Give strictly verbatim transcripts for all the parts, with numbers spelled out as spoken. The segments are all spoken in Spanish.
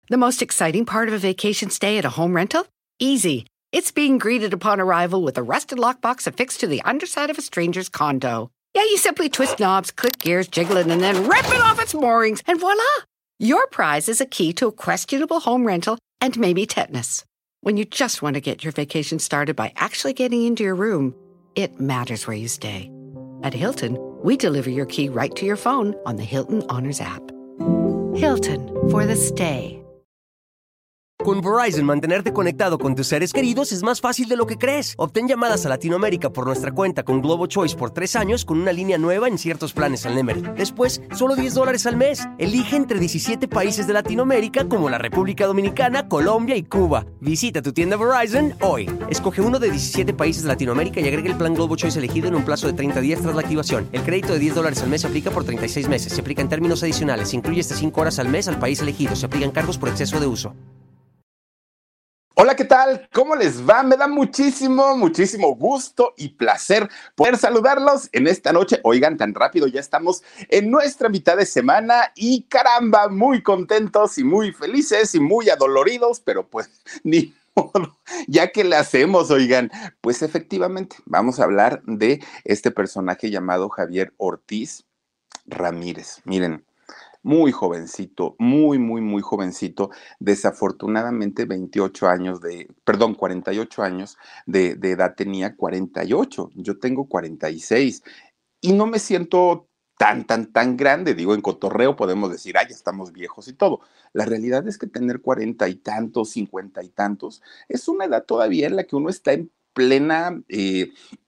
The most exciting part of a vacation stay at a home rental? Easy. It's being greeted upon arrival with a rusted lockbox affixed to the underside of a stranger's condo. Yeah, you simply twist knobs, click gears, jiggle it, and then rip it off its moorings, and voila! Your prize is a key to a questionable home rental and maybe tetanus. When you just want to get your vacation started by actually getting into your room, it matters where you stay. At Hilton, we deliver your key right to your phone on the Hilton Honors app. Hilton, for the stay. Con Verizon, mantenerte conectado con tus seres queridos es más fácil de lo que crees. Obtén llamadas a Latinoamérica por nuestra cuenta con Globo Choice por tres años con una línea nueva en ciertos planes al Nemery. Después, solo diez dólares al mes. Elige entre diecisiete países de Latinoamérica como la República Dominicana, Colombia y Cuba. Visita tu tienda Verizon hoy. Escoge uno de diecisiete países de Latinoamérica y agrega el plan Globo Choice elegido en un plazo de treinta días tras la activación. El crédito de diez dólares al mes se aplica por treinta y seis meses. Se aplica en términos adicionales. Se incluye hasta cinco horas al mes al país elegido. Se aplican cargos por exceso de uso. Hola, ¿qué tal? ¿Cómo les va? Me da muchísimo, muchísimo gusto y placer poder saludarlos en esta noche. Oigan, tan rápido, ya estamos en nuestra mitad de semana y caramba, muy contentos y muy felices y muy adoloridos, pero pues ni modo, ya que le hacemos, oigan. Pues efectivamente, vamos a hablar de este personaje llamado Javier Ortiz Ramírez. Miren. Muy jovencito, muy, muy, muy jovencito, desafortunadamente veintiocho años de, perdón, cuarenta y ocho años de, de edad tenía, cuarenta y ocho, yo tengo cuarenta y seis y no me siento tan, tan, tan grande, digo, en cotorreo podemos decir, ay, ya estamos viejos y todo. La realidad es que tener cuarenta y tantos, cincuenta y tantos, es una edad todavía en la que uno está en plena... Eh,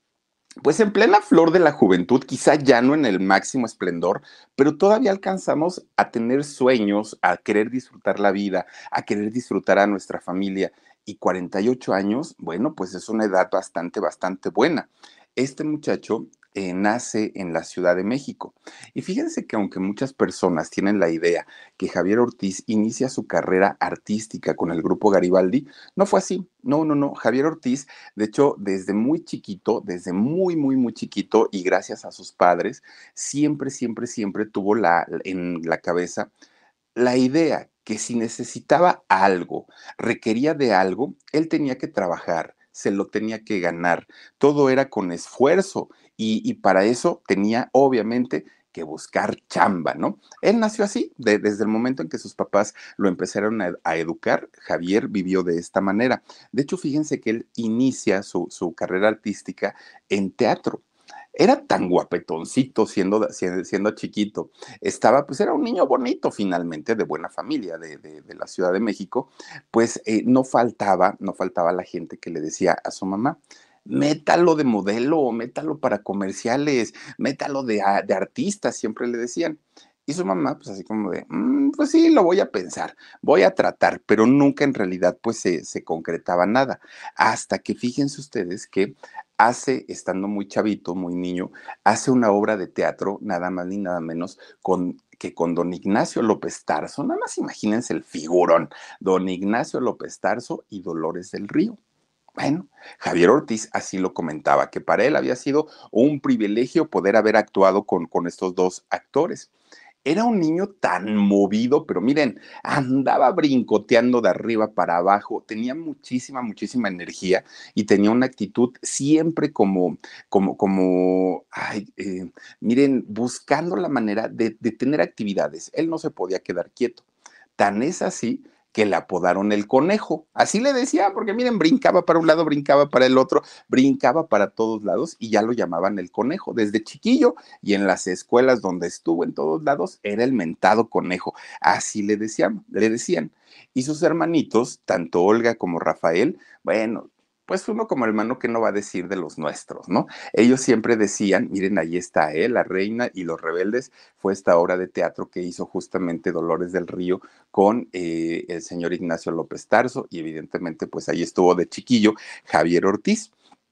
Pues en plena flor de la juventud, quizá ya no en el máximo esplendor, pero todavía alcanzamos a tener sueños, a querer disfrutar la vida, a querer disfrutar a nuestra familia. Y cuarenta y ocho años, bueno, pues es una edad bastante, bastante buena. Este muchacho eh, nace en la Ciudad de México. Y fíjense que aunque muchas personas tienen la idea que Javier Ortiz inicia su carrera artística con el grupo Garibaldi, no fue así. No, no, no. Javier Ortiz, de hecho, desde muy chiquito, desde muy, muy, muy chiquito y gracias a sus padres, siempre, siempre, siempre tuvo la, en la cabeza la idea que si necesitaba algo, requería de algo, él tenía que trabajar, se lo tenía que ganar. Todo era con esfuerzo y, y para eso tenía obviamente que buscar chamba, ¿no? Él nació así, de- desde el momento en que sus papás lo empezaron a, a educar, Javier vivió de esta manera. De hecho, fíjense que él inicia su, su carrera artística en teatro. Era tan guapetoncito siendo, siendo, siendo chiquito. Estaba, pues era un niño bonito finalmente, de buena familia, de, de, de la Ciudad de México. Pues eh, no faltaba, no faltaba la gente que le decía a su mamá, métalo de modelo, métalo para comerciales, métalo de, a- de artista, siempre le decían. Y su mamá, pues así como de, "Mm, pues sí, lo voy a pensar, voy a tratar", pero nunca en realidad pues se, se concretaba nada. Hasta que fíjense ustedes que hace, estando muy chavito, muy niño, hace una obra de teatro, nada más ni nada menos, con, que con don Ignacio López Tarso. Nada más imagínense el figurón, don Ignacio López Tarso y Dolores del Río. Bueno, Javier Ortiz así lo comentaba, que para él había sido un privilegio poder haber actuado con, con estos dos actores. Era un niño tan movido, pero miren, andaba brincoteando de arriba para abajo, tenía muchísima, muchísima energía y tenía una actitud siempre como, como, como, ay, eh, miren, buscando la manera de, de tener actividades. Él no se podía quedar quieto. Tan es así que le apodaron el conejo. Así le decía, porque miren, brincaba para un lado, brincaba para el otro, brincaba para todos lados y ya lo llamaban el conejo desde chiquillo y en las escuelas donde estuvo en todos lados era el mentado conejo. Así le decían, le decían. Y sus hermanitos, tanto Olga como Rafael, bueno, pues uno como hermano que no va a decir de los nuestros, ¿no? Ellos siempre decían, miren, ahí está, ¿eh? La Reina y los Rebeldes fue esta obra de teatro que hizo justamente Dolores del Río con eh, el señor Ignacio López Tarso y evidentemente pues ahí estuvo de chiquillo Javier Ortiz.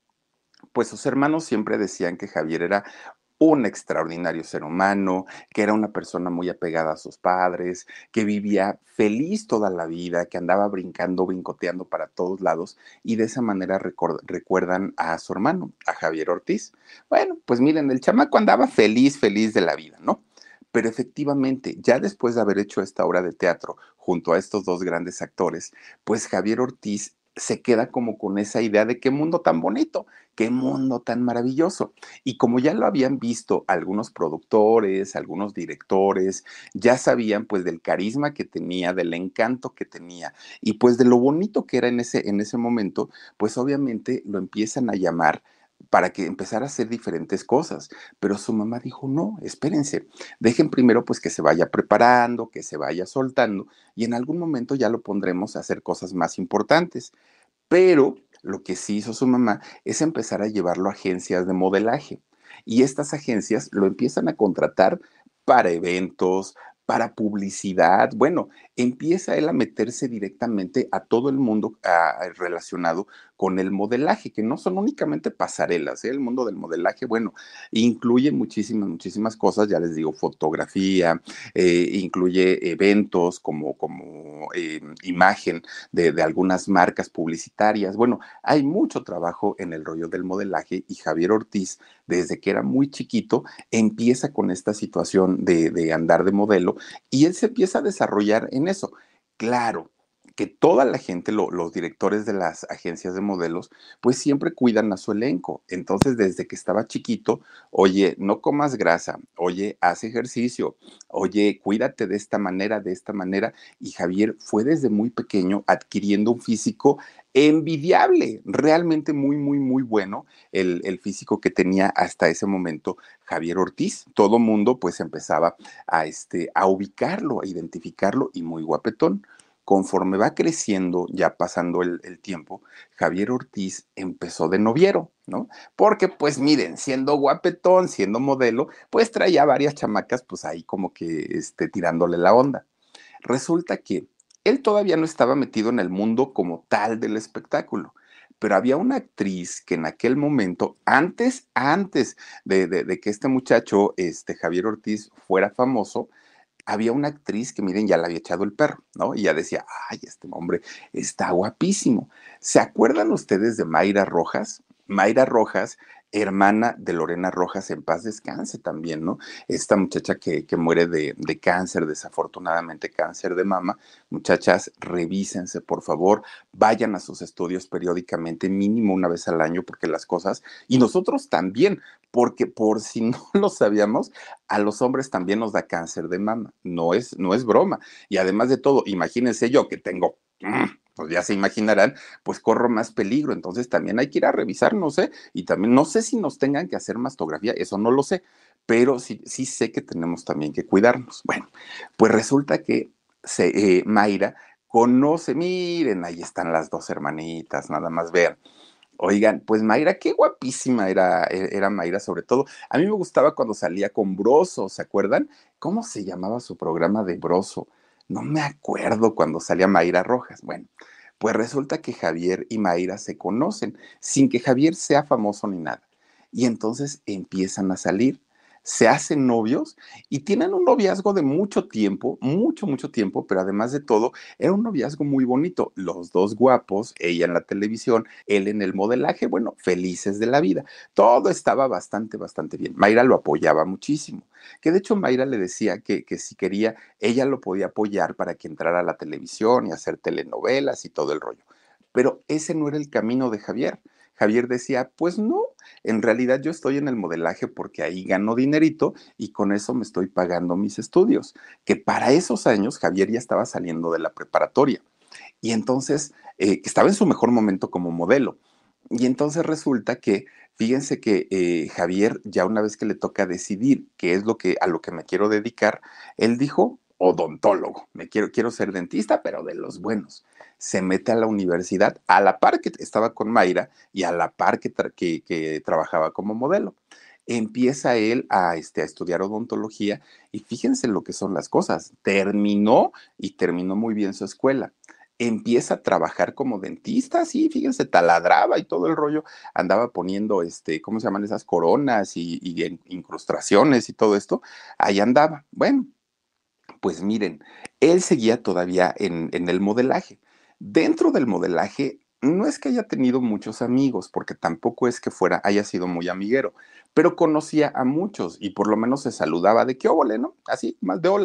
Pues sus hermanos siempre decían que Javier era un extraordinario ser humano, que era una persona muy apegada a sus padres, que vivía feliz toda la vida, que andaba brincando, brincoteando para todos lados y de esa manera record- recuerdan a su hermano, a Javier Ortiz. Bueno, pues miren, el chamaco andaba feliz, feliz de la vida, ¿no? Pero efectivamente, ya después de haber hecho esta obra de teatro junto a estos dos grandes actores, pues Javier Ortiz se queda como con esa idea de qué mundo tan bonito, qué mundo tan maravilloso. Y como ya lo habían visto algunos productores, algunos directores, ya sabían pues del carisma que tenía, del encanto que tenía y pues de lo bonito que era en ese, en ese momento, pues obviamente lo empiezan a llamar para que empezara a hacer diferentes cosas. Pero su mamá dijo, no, espérense, dejen primero pues que se vaya preparando, que se vaya soltando y en algún momento ya lo pondremos a hacer cosas más importantes. Pero lo que sí hizo su mamá es empezar a llevarlo a agencias de modelaje. Y estas agencias lo empiezan a contratar para eventos, para publicidad. Bueno, empieza él a meterse directamente a todo el mundo a, relacionado con el modelaje, que no son únicamente pasarelas, ¿eh? El mundo del modelaje, bueno, incluye muchísimas, muchísimas cosas, ya les digo, fotografía, eh, incluye eventos como, como eh, imagen de, de algunas marcas publicitarias. Bueno, hay mucho trabajo en el rollo del modelaje y Javier Ortiz, desde que era muy chiquito, empieza con esta situación de, de andar de modelo y él se empieza a desarrollar en eso. Claro, que toda la gente, lo, los directores de las agencias de modelos, pues siempre cuidan a su elenco. Entonces, desde que estaba chiquito, oye, no comas grasa, oye, haz ejercicio, oye, cuídate de esta manera, de esta manera. Y Javier fue desde muy pequeño adquiriendo un físico envidiable, realmente muy, muy, muy bueno el, el físico que tenía hasta ese momento Javier Ortiz. Todo mundo pues empezaba a, este, a ubicarlo, a identificarlo y muy guapetón. Conforme va creciendo, ya pasando el, el tiempo, Javier Ortiz empezó de noviero, ¿no? Porque, pues miren, siendo guapetón, siendo modelo, pues traía varias chamacas, pues ahí como que este, tirándole la onda. Resulta que él todavía no estaba metido en el mundo como tal del espectáculo, pero había una actriz que en aquel momento, antes, antes de, de, de que este muchacho, este Javier Ortiz, fuera famoso, había una actriz que, miren, ya le había echado el perro, ¿no? Y ya decía, ay, este hombre está guapísimo. ¿Se acuerdan ustedes de Mayra Rojas? Mayra Rojas, hermana de Lorena Rojas, en paz descanse también, ¿no? Esta muchacha que, que muere de, de cáncer, desafortunadamente cáncer de mama. Muchachas, revísense, por favor, vayan a sus estudios periódicamente, mínimo una vez al año, porque las cosas, y nosotros también, porque por si no lo sabíamos, a los hombres también nos da cáncer de mama, no es, no es broma. Y además de todo, imagínense yo que tengo, mm, pues ya se imaginarán, pues corro más peligro, entonces también hay que ir a revisarnos, ¿eh? Y también no sé si nos tengan que hacer mastografía, eso no lo sé, pero sí, sí sé que tenemos también que cuidarnos. Bueno, pues resulta que se, eh, Mayra conoce, miren, ahí están las dos hermanitas, nada más vean. Oigan, pues Mayra, qué guapísima era, e- era Mayra, sobre todo. A mí me gustaba cuando salía con Broso, ¿se acuerdan? ¿Cómo se llamaba su programa de Broso? No me acuerdo cuando salía Mayra Rojas. Bueno, pues resulta que Javier y Mayra se conocen sin que Javier sea famoso ni nada. Y entonces empiezan a salir, se hacen novios y tienen un noviazgo de mucho tiempo, mucho, mucho tiempo, pero además de todo, era un noviazgo muy bonito. Los dos guapos, ella en la televisión, él en el modelaje, bueno, felices de la vida. Todo estaba bastante, bastante bien. Mayra lo apoyaba muchísimo, que de hecho Mayra le decía que, que si quería, ella lo podía apoyar para que entrara a la televisión y hacer telenovelas y todo el rollo. Pero ese no era el camino de Javier. Javier decía, pues no, en realidad yo estoy en el modelaje porque ahí gano dinerito y con eso me estoy pagando mis estudios, que para esos años Javier ya estaba saliendo de la preparatoria. Y entonces, eh, estaba en su mejor momento como modelo. Y entonces resulta que, fíjense que eh, Javier, ya una vez que le toca decidir qué es lo que, a lo que me quiero dedicar, él dijo, odontólogo, me quiero, quiero ser dentista, pero de los buenos. Se mete a la universidad a la par que estaba con Mayra y a la par que, tra que, que trabajaba como modelo. Empieza él a, este, a estudiar odontología y fíjense lo que son las cosas. Terminó y terminó muy bien su escuela. Empieza a trabajar como dentista, sí, fíjense, taladraba y todo el rollo, andaba poniendo, este, ¿cómo se llaman esas coronas y, y incrustaciones y todo esto? Ahí andaba. Bueno, pues miren, él seguía todavía en, en el modelaje. Dentro del modelaje, no es que haya tenido muchos amigos, porque tampoco es que fuera, haya sido muy amiguero, pero conocía a muchos y por lo menos se saludaba de qué óvole, ¿no? Así, más de hola.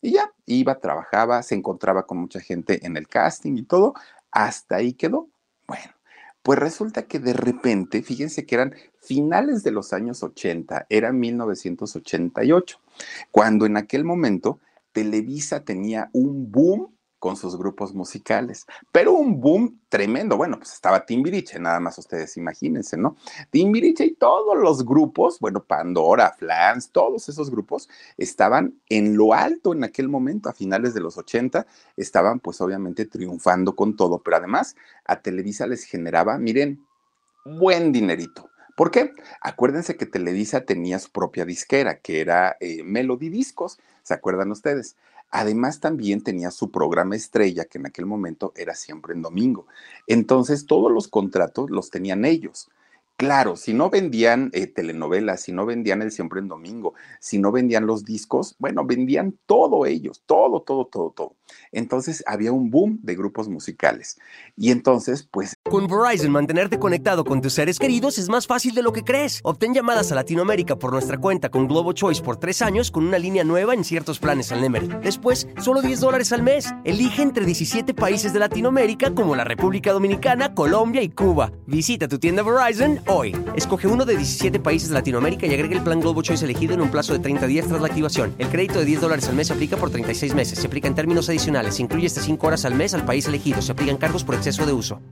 Y ya, iba, trabajaba, se encontraba con mucha gente en el casting y todo, hasta ahí quedó. Bueno, pues resulta que de repente, fíjense que eran finales de los años ochenta, era mil novecientos ochenta y ocho, cuando en aquel momento Televisa tenía un boom con sus grupos musicales, pero un boom tremendo. Bueno, pues estaba Timbiriche, nada más ustedes imagínense, ¿no? Timbiriche y todos los grupos, bueno, Pandora, Flans, todos esos grupos estaban en lo alto en aquel momento, a finales de los ochenta, estaban pues obviamente triunfando con todo, pero además a Televisa les generaba, miren, buen dinerito. ¿Por qué? Acuérdense que Televisa tenía su propia disquera, que era eh, Melody Discos, ¿se acuerdan ustedes? Además también tenía su programa estrella, que en aquel momento era siempre en domingo. Entonces todos los contratos los tenían ellos. Claro, si no vendían eh, telenovelas, si no vendían el Siempre en Domingo, si no vendían los discos, bueno, vendían todo ellos, todo, todo, todo, todo. Entonces había un boom de grupos musicales. Y entonces, pues... Con Verizon, mantenerte conectado con tus seres queridos es más fácil de lo que crees. Obtén llamadas a Latinoamérica por nuestra cuenta con Globo Choice por tres años con una línea nueva en ciertos planes al Nemery. Después, solo diez dólares al mes. Elige entre diecisiete países de Latinoamérica como la República Dominicana, Colombia y Cuba. Visita tu tienda Verizon hoy. Escoge uno de diecisiete países de Latinoamérica y agrega el plan Globo Choice elegido en un plazo de treinta días tras la activación. El crédito de diez dólares al mes se aplica por treinta y seis meses. Se aplica en términos adicionales. Se incluye hasta cinco horas al mes al país elegido. Se aplican cargos por exceso de uso.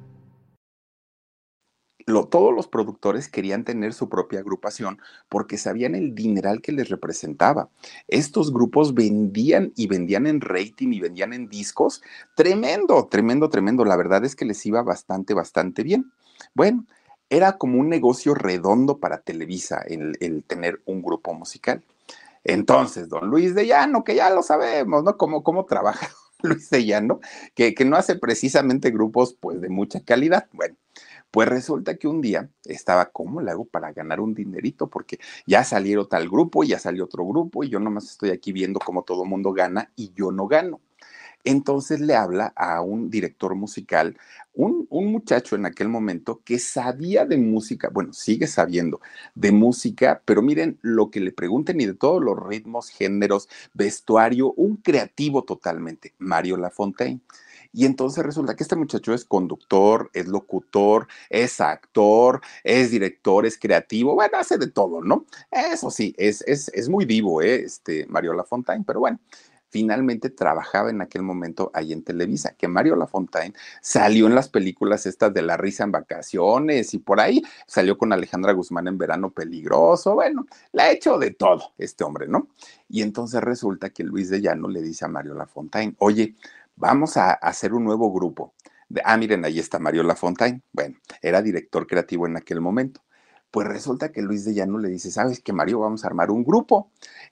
Lo, todos los productores querían tener su propia agrupación porque sabían el dineral que les representaba. Estos grupos vendían y vendían en rating y vendían en discos. Tremendo, tremendo, tremendo. La verdad es que les iba bastante, bastante bien. Bueno, era como un negocio redondo para Televisa el, el tener un grupo musical. Entonces, don Luis de Llano, que ya lo sabemos, ¿no? Cómo, cómo trabaja Luis de Llano, que, que no hace precisamente grupos pues de mucha calidad. Bueno, pues resulta que un día estaba, ¿cómo le hago para ganar un dinerito? Porque ya salieron tal grupo, ya salió otro grupo y yo nomás estoy aquí viendo cómo todo el mundo gana y yo no gano. Entonces le habla a un director musical, un, un muchacho en aquel momento que sabía de música, bueno, sigue sabiendo de música, pero miren lo que le pregunten y de todos los ritmos, géneros, vestuario, un creativo totalmente, Mario Lafontaine. Y entonces resulta que este muchacho es conductor, es locutor, es actor, es director, es creativo, bueno, hace de todo, ¿no? Eso sí, es, es, es muy vivo, ¿eh? Este Mario Lafontaine, pero bueno. Finalmente trabajaba en aquel momento ahí en Televisa, que Mario Lafontaine salió en las películas estas de La risa en vacaciones y por ahí salió con Alejandra Guzmán en Verano Peligroso, bueno, le ha hecho de todo este hombre, ¿no? Y entonces resulta que Luis de Llano le dice a Mario Lafontaine, oye, vamos a hacer un nuevo grupo. De, ah, miren, ahí está Mario Lafontaine. Bueno, era director creativo en aquel momento. Pues resulta que Luis de Llano le dice, ¿sabes qué, Mario? Vamos a armar un grupo.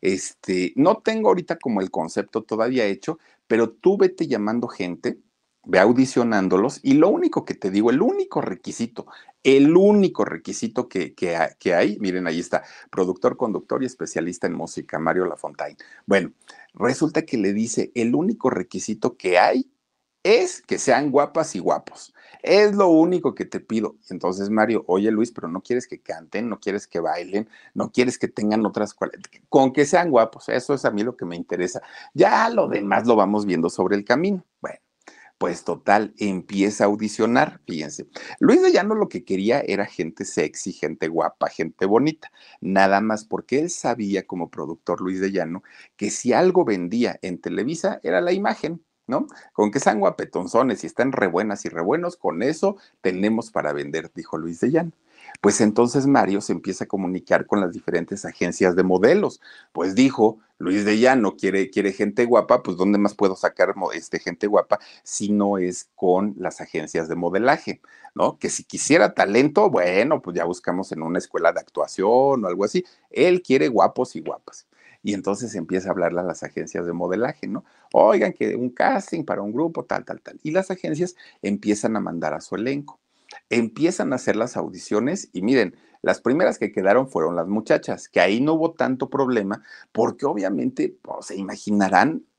Este, no tengo ahorita como el concepto todavía hecho, pero tú vete llamando gente, ve audicionándolos y lo único que te digo, el único requisito, el único requisito que, que, que hay, miren, ahí está, productor, conductor y especialista en música, Mario Lafontaine. Bueno, resulta que le dice, el único requisito que hay es que sean guapas y guapos. Es lo único que te pido. Entonces, Mario, oye Luis, pero no quieres que canten, no quieres que bailen, no quieres que tengan otras cualidades, con que sean guapos. Eso es a mí lo que me interesa. Ya lo demás lo vamos viendo sobre el camino. Bueno, pues total, empieza a audicionar, fíjense. Luis de Llano lo que quería era gente sexy, gente guapa, gente bonita. Nada más porque él sabía como productor Luis de Llano que si algo vendía en Televisa era la imagen. ¿No? Con que sean guapetonzones y están re buenas y re buenos, con eso tenemos para vender, dijo Luis de Llano. Pues entonces Mario se empieza a comunicar con las diferentes agencias de modelos. Pues dijo, Luis de Llano quiere, quiere gente guapa, pues ¿dónde más puedo sacar este, gente guapa si no es con las agencias de modelaje? ¿No? Que si quisiera talento, bueno, pues ya buscamos en una escuela de actuación o algo así. Él quiere guapos y guapas. Y entonces empieza a hablarle a las agencias de modelaje, ¿no? Oigan, que un casting para un grupo, tal, tal, tal. Y las agencias empiezan a mandar a su elenco. Empiezan a hacer las audiciones y miren, las primeras que quedaron fueron las muchachas, que ahí no hubo tanto problema porque obviamente, pues, se imaginarán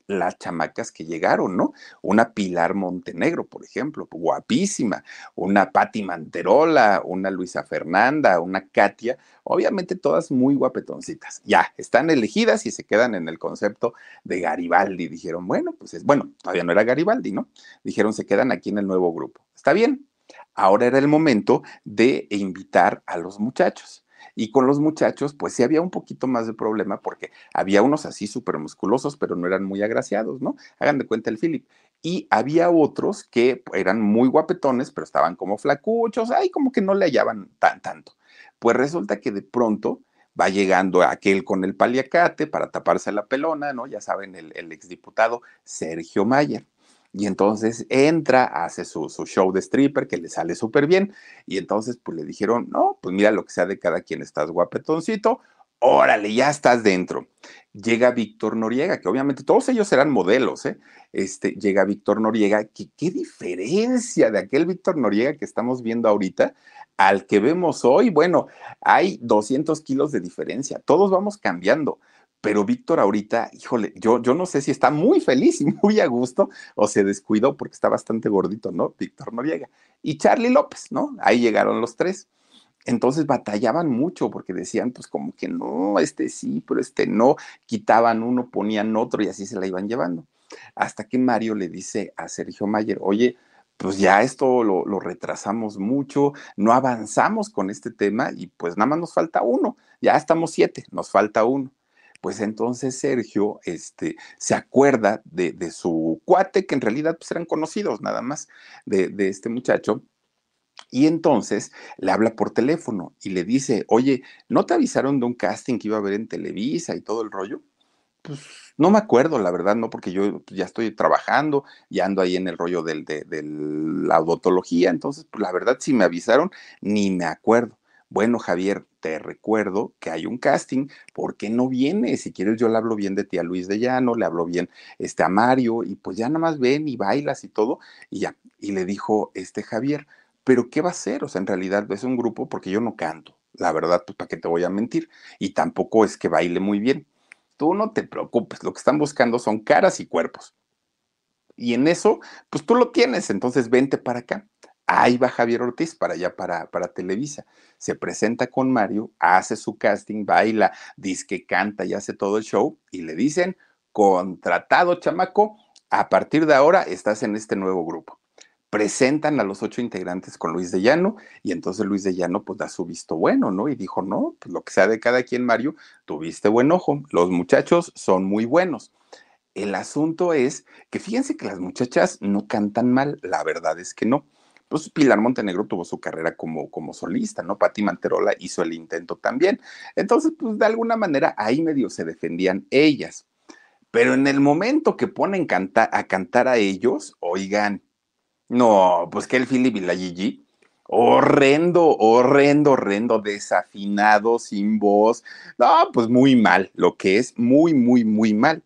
las chamacas que llegaron, ¿no? Una Pilar Montenegro, por ejemplo, guapísima, una Patti Manterola, una Luisa Fernanda, una Katia, obviamente todas muy guapetoncitas. Ya, están elegidas y se quedan en el concepto de Garibaldi. Dijeron, bueno, pues es, bueno, todavía no era Garibaldi, ¿no? Dijeron, se quedan aquí en el nuevo grupo. Está bien. Ahora era el momento de invitar a los muchachos. Y con los muchachos, pues sí había un poquito más de problema porque había unos así súper musculosos, pero no eran muy agraciados, ¿no? Hagan de cuenta el Philip. Y había otros que eran muy guapetones, pero estaban como flacuchos, ahí como que no le hallaban tan tanto. Pues resulta que de pronto va llegando aquel con el paliacate para taparse la pelona, ¿no? Ya saben, el, el exdiputado Sergio Mayer. Y entonces entra, hace su, su show de stripper que le sale súper bien. Y entonces pues le dijeron, no, pues mira lo que sea de cada quien, estás guapetoncito, órale, ya estás dentro. Llega Víctor Noriega, que obviamente todos ellos eran modelos, ¿eh? Este, llega Víctor Noriega, que qué diferencia de aquel Víctor Noriega que estamos viendo ahorita al que vemos hoy. Bueno, hay doscientos kilos de diferencia, todos vamos cambiando. Pero Víctor ahorita, híjole, yo, yo no sé si está muy feliz y muy a gusto o se descuidó porque está bastante gordito, ¿no? Víctor Noriega. Y Charlie López, ¿no? Ahí llegaron los tres. Entonces batallaban mucho porque decían, pues como que no, este sí, pero este no, quitaban uno, ponían otro y así se la iban llevando. Hasta que Mario le dice a Sergio Mayer, oye, pues ya esto lo, lo retrasamos mucho, no avanzamos con este tema y pues nada más nos falta uno, ya estamos siete, nos falta uno. Pues entonces Sergio este, se acuerda de, de su cuate, que en realidad pues eran conocidos nada más, de, de este muchacho, y entonces le habla por teléfono y le dice, oye, ¿no te avisaron de un casting que iba a haber en Televisa y todo el rollo? Pues no me acuerdo, la verdad, no, porque yo pues, ya estoy trabajando y ando ahí en el rollo del, de, de la odontología, entonces, pues la verdad, si me avisaron, ni me acuerdo. Bueno, Javier, te recuerdo que hay un casting, ¿por qué no vienes? Si quieres, yo le hablo bien de ti a Luis de Llano, le hablo bien este, a Mario, y pues ya nada más ven y bailas y todo, y ya. Y le dijo este Javier, ¿pero qué va a hacer? O sea, en realidad es un grupo porque yo no canto, la verdad, pues para qué te voy a mentir, y tampoco es que baile muy bien. Tú no te preocupes, lo que están buscando son caras y cuerpos. Y en eso, pues tú lo tienes, entonces vente para acá. Ahí va Javier Ortiz para allá, para, para Televisa. Se presenta con Mario, hace su casting, baila, dice que canta y hace todo el show y le dicen, contratado chamaco, a partir de ahora estás en este nuevo grupo. Presentan a los ocho integrantes con Luis de Llano y entonces Luis de Llano pues da su visto bueno, ¿no? Y dijo, no, pues lo que sea de cada quien, Mario, tuviste buen ojo, los muchachos son muy buenos. El asunto es que fíjense que las muchachas no cantan mal, la verdad es que no. Pues Pilar Montenegro tuvo su carrera como, como solista, ¿no? Patti Manterola hizo el intento también. Entonces, pues de alguna manera ahí medio se defendían ellas. Pero en el momento que ponen canta a cantar a ellos, oigan, no, pues que el Philip y la Gigi, horrendo, horrendo, horrendo, desafinado, sin voz. No, pues muy mal, lo que es muy, muy, muy mal.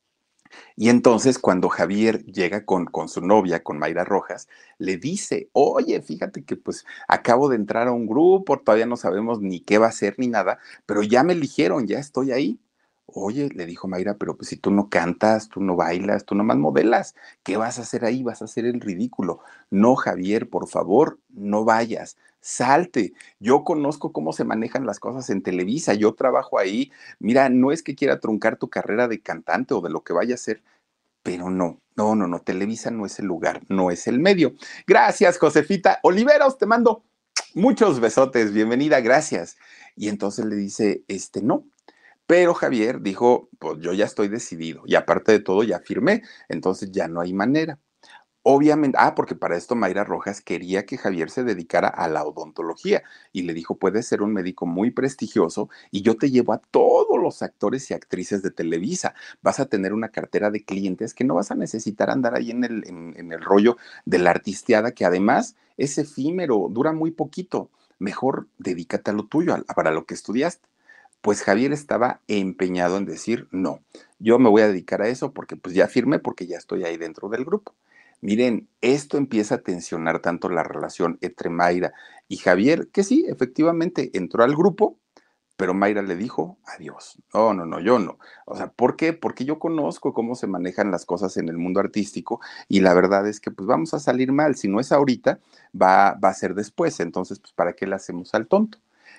Y entonces cuando Javier llega con, con su novia, con Mayra Rojas, le dice, oye, fíjate que pues acabo de entrar a un grupo, todavía no sabemos ni qué va a ser ni nada, pero ya me eligieron, ya estoy ahí. Oye, le dijo Mayra, pero pues si tú no cantas, tú no bailas, tú nomás modelas, ¿qué vas a hacer ahí? Vas a hacer el ridículo. No, Javier, por favor, no vayas, salte. Yo conozco cómo se manejan las cosas en Televisa, yo trabajo ahí. Mira, no es que quiera truncar tu carrera de cantante o de lo que vaya a ser, pero no, no, no, no, Televisa no es el lugar, no es el medio. Gracias, Josefita Oliveros, te mando muchos besotes, bienvenida, gracias. Y entonces le dice, este, no. Pero Javier dijo, pues yo ya estoy decidido y aparte de todo ya firmé, entonces ya no hay manera. Obviamente, ah, porque para esto Mayra Rojas quería que Javier se dedicara a la odontología y le dijo, puedes ser un médico muy prestigioso y yo te llevo a todos los actores y actrices de Televisa. Vas a tener una cartera de clientes que no vas a necesitar andar ahí en el, en, en el rollo de la artisteada, que además es efímero, dura muy poquito. Mejor dedícate a lo tuyo, a, para lo que estudiaste. Pues Javier estaba empeñado en decir, no, yo me voy a dedicar a eso porque pues ya firmé, porque ya estoy ahí dentro del grupo. Miren, esto empieza a tensionar tanto la relación entre Mayra y Javier, que sí, efectivamente entró al grupo, pero Mayra le dijo adiós. No, no, no, yo no. O sea, ¿por qué? Porque yo conozco cómo se manejan las cosas en el mundo artístico y la verdad es que pues vamos a salir mal. Si no es ahorita, va, va a ser después. Entonces, pues, ¿para qué le hacemos al tonto?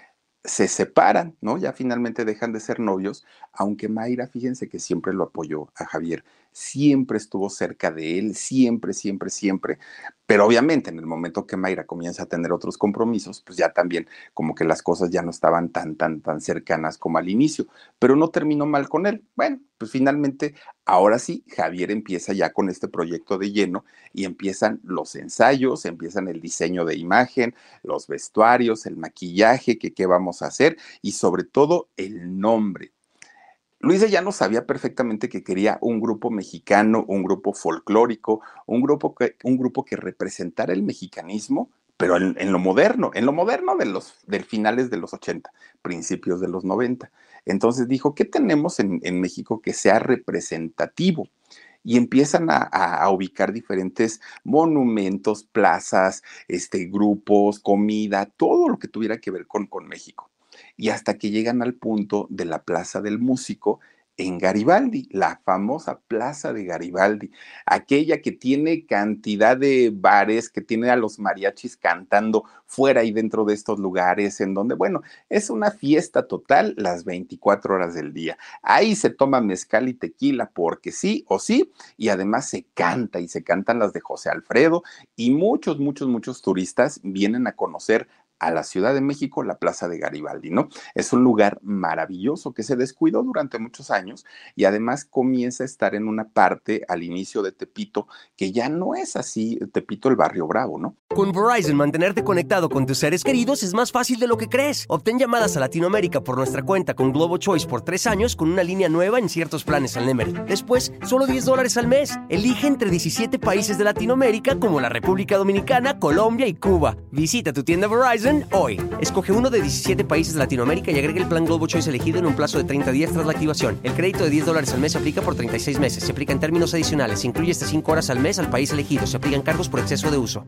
Se separan, ¿no? Ya finalmente dejan de ser novios, aunque Mayra, fíjense que siempre lo apoyó a Javier, siempre estuvo cerca de él, siempre, siempre, siempre. Pero obviamente en el momento que Mayra comienza a tener otros compromisos, pues ya también como que las cosas ya no estaban tan, tan, tan cercanas como al inicio, pero no terminó mal con él. Bueno, pues finalmente, ahora sí, Javier empieza ya con este proyecto de lleno y empiezan los ensayos, empiezan el diseño de imagen, los vestuarios, el maquillaje, que qué vamos a hacer y sobre todo el nombre. Luis de Llano sabía perfectamente que quería un grupo mexicano, un grupo folclórico, un grupo que, un grupo que representara el mexicanismo, pero en, en lo moderno, en lo moderno de los del finales de los ochenta, principios de los noventa. Entonces dijo, ¿qué tenemos en, en México que sea representativo? Y empiezan a, a, a, ubicar diferentes monumentos, plazas, este, grupos, comida, todo lo que tuviera que ver con, con México. Y hasta que llegan al punto de la Plaza del Músico en Garibaldi, la famosa Plaza de Garibaldi, aquella que tiene cantidad de bares, que tiene a los mariachis cantando fuera y dentro de estos lugares, en donde, bueno, es una fiesta total las veinticuatro horas del día. Ahí se toma mezcal y tequila porque sí o sí, y además se canta y se cantan las de José Alfredo, y muchos, muchos, muchos turistas vienen a conocer a la Ciudad de México, la Plaza de Garibaldi, ¿no? Es un lugar maravilloso que se descuidó durante muchos años y además comienza a estar en una parte al inicio de Tepito que ya no es así, Tepito el barrio bravo, ¿no? Con Verizon, mantenerte conectado con tus seres queridos es más fácil de lo que crees. Obtén llamadas a Latinoamérica por nuestra cuenta con Globo Choice por tres años con una línea nueva en ciertos planes al Nemery. Después, solo diez dólares al mes. Elige entre diecisiete países de Latinoamérica como la República Dominicana, Colombia y Cuba. Visita tu tienda Verizon hoy. Escoge uno de diecisiete países de Latinoamérica y agrega el plan Globo Choice elegido en un plazo de treinta días tras la activación. El crédito de diez dólares al mes se aplica por treinta y seis meses. Se aplica en términos adicionales. Se incluye hasta cinco horas al mes al país elegido. Se aplican cargos por exceso de uso.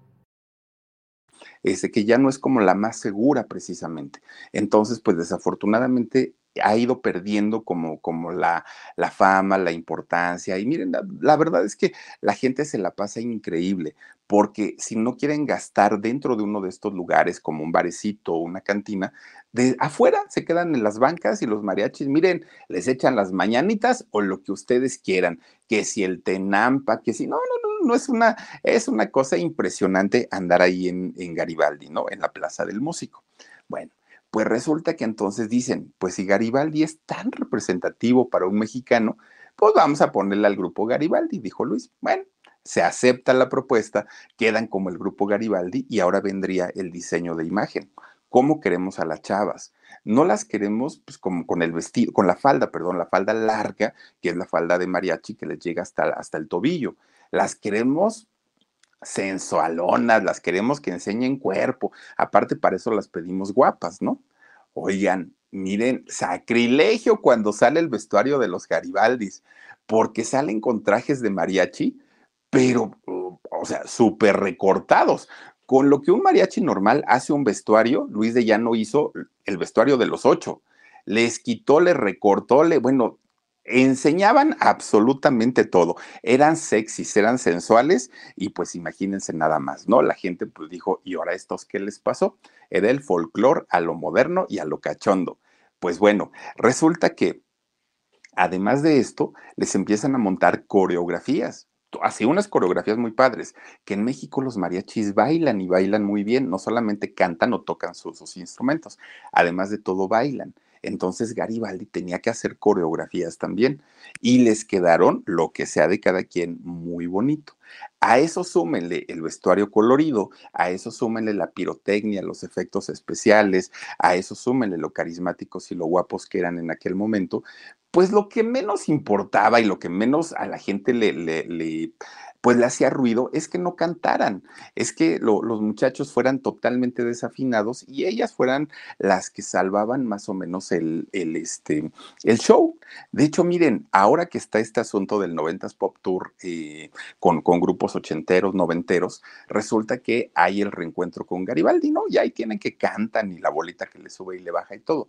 Este, que ya no es como la más segura precisamente. Entonces, pues desafortunadamente ha ido perdiendo como, como la, la fama, la importancia. Y miren, la, la verdad es que la gente se la pasa increíble, porque si no quieren gastar dentro de uno de estos lugares, como un barecito o una cantina, de afuera se quedan en las bancas y los mariachis, miren, les echan las mañanitas o lo que ustedes quieran, que si el Tenampa, que si no, no, no, no es una, es una cosa impresionante andar ahí en, en Garibaldi, ¿no? En la Plaza del Músico. Bueno, pues resulta que entonces dicen, pues si Garibaldi es tan representativo para un mexicano, pues vamos a ponerle al grupo Garibaldi, dijo Luis. Bueno, se acepta la propuesta, quedan como el grupo Garibaldi y ahora vendría el diseño de imagen. ¿Cómo queremos a las chavas? No las queremos pues como con el vestido, con la falda, perdón, la falda larga, que es la falda de mariachi que les llega hasta, hasta el tobillo. Las queremos sensualonas, las queremos que enseñen cuerpo. Aparte, para eso las pedimos guapas, ¿no? Oigan, miren, sacrilegio cuando sale el vestuario de los Garibaldis, porque salen con trajes de mariachi, pero, uh, o sea, súper recortados. Con lo que un mariachi normal hace un vestuario, Luis de Llano hizo el vestuario de los ocho. Les quitó, le recortó, le, bueno, enseñaban absolutamente todo. Eran sexys, eran sensuales y pues imagínense nada más, ¿no? La gente pues dijo, ¿y ahora estos qué les pasó? Era el folclore a lo moderno y a lo cachondo. Pues bueno, resulta que además de esto, les empiezan a montar coreografías. Así unas coreografías muy padres, que en México los mariachis bailan y bailan muy bien, no solamente cantan o tocan sus, sus instrumentos, además de todo bailan. Entonces Garibaldi tenía que hacer coreografías también y les quedaron lo que sea de cada quien muy bonito. A eso súmenle el vestuario colorido, a eso súmenle la pirotecnia, los efectos especiales, a eso súmenle lo carismáticos y lo guapos que eran en aquel momento, pues lo que menos importaba y lo que menos a la gente le, le, le pues le hacía ruido es que no cantaran, es que lo, los muchachos fueran totalmente desafinados y ellas fueran las que salvaban más o menos el, el, este, el show. De hecho, miren, ahora que está este asunto del noventas Pop Tour eh, con, con grupos ochenteros, noventeros, resulta que hay el reencuentro con Garibaldi, ¿no? Y ahí tienen que cantan y la bolita que le sube y le baja y todo.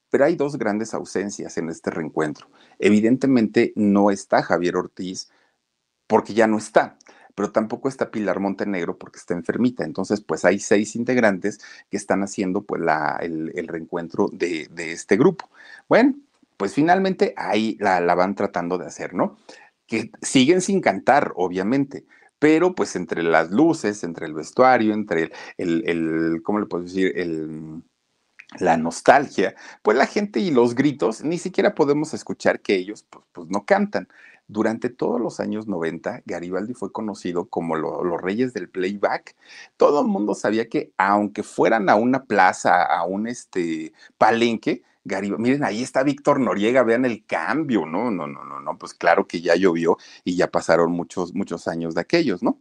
Pero hay dos grandes ausencias en este reencuentro. Evidentemente no está Javier Ortiz porque ya no está, pero tampoco está Pilar Montenegro porque está enfermita. Entonces, pues hay seis integrantes que están haciendo pues la, el, el reencuentro de, de, este grupo. Bueno, pues finalmente ahí la, la van tratando de hacer, ¿no? Que siguen sin cantar, obviamente, pero pues entre las luces, entre el vestuario, entre el, el, el ¿cómo le puedo decir? El, la nostalgia, pues la gente y los gritos, ni siquiera podemos escuchar que ellos pues, pues no cantan. Durante todos los años noventa, Garibaldi fue conocido como lo, los reyes del playback. Todo el mundo sabía que aunque fueran a una plaza, a un este, palenque, Garibaldi, miren, ahí está Víctor Noriega, vean el cambio, ¿no? No, no, no, no, pues claro que ya llovió y ya pasaron muchos, muchos años de aquellos, ¿no?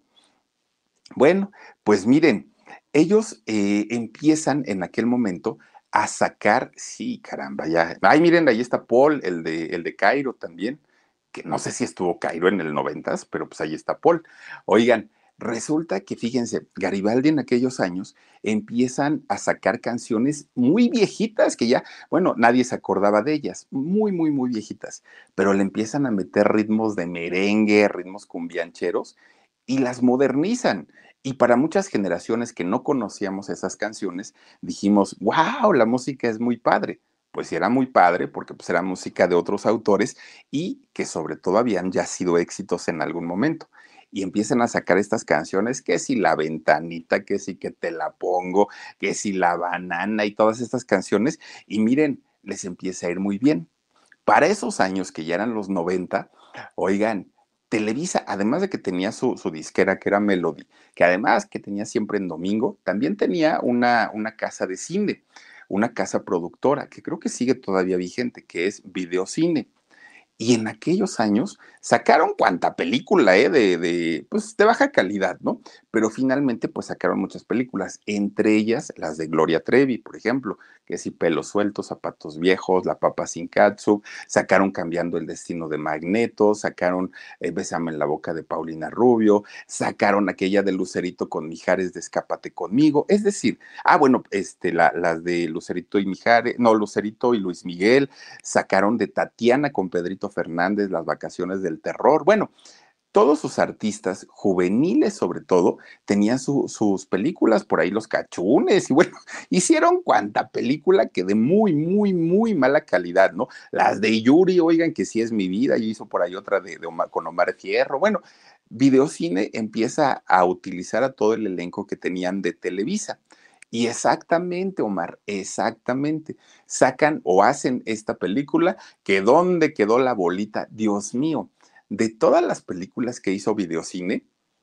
Bueno, pues miren, ellos eh, empiezan en aquel momento a sacar, sí, caramba, ya. Ay, miren, ahí está Paul, el de, el de Cairo también, que no sé si estuvo Cairo en el noventas, pero pues ahí está Paul. Oigan, resulta que, fíjense, Garibaldi en aquellos años empiezan a sacar canciones muy viejitas, que ya, bueno, nadie se acordaba de ellas, muy, muy, muy viejitas, pero le empiezan a meter ritmos de merengue, ritmos cumbiancheros, y las modernizan. Y para muchas generaciones que no conocíamos esas canciones, dijimos, wow, la música es muy padre. Pues sí, era muy padre porque pues, era música de otros autores y que sobre todo habían ya sido éxitos en algún momento. Y empiezan a sacar estas canciones, que si La Ventanita, que si que te la pongo, que si La Banana y todas estas canciones. Y miren, les empieza a ir muy bien. Para esos años que ya eran los noventa, oigan, Televisa, además de que tenía su, su disquera que era Melody, que además que tenía siempre en domingo, también tenía una, una casa de cine, una casa productora, que creo que sigue todavía vigente, que es Videocine. Y en aquellos años sacaron cuanta película, ¿eh? De, de, pues, de baja calidad, ¿no? Pero finalmente, pues sacaron muchas películas, entre ellas las de Gloria Trevi, por ejemplo, que si Pelos Sueltos, Zapatos Viejos, La Papa Sin Catsup, sacaron Cambiando el Destino de Magneto, sacaron eh, Bésame en la Boca de Paulina Rubio, sacaron aquella de Lucerito con Mijares de Escápate Conmigo, es decir, ah, bueno, este, la, las de Lucerito y Mijares, no, Lucerito y Luis Miguel, sacaron de Tatiana con Pedrito Fernández, Las Vacaciones del Terror. Bueno, todos sus artistas, juveniles sobre todo, tenían su, sus películas, por ahí Los Cachunes, y bueno, hicieron cuanta película que de muy, muy, muy mala calidad, ¿no? Las de Yuri, oigan, que sí es mi vida, y hizo por ahí otra de, de Omar, con Omar Fierro. Bueno, Videocine empieza a utilizar a todo el elenco que tenían de Televisa. Y exactamente, Omar, exactamente. Sacan o hacen esta película que ¿dónde quedó la bolita? Dios mío, de todas las películas que hizo Videocine,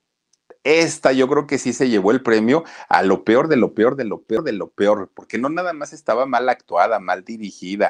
esta yo creo que sí se llevó el premio a lo peor de lo peor de lo peor de lo peor, porque no nada más estaba mal actuada, mal dirigida,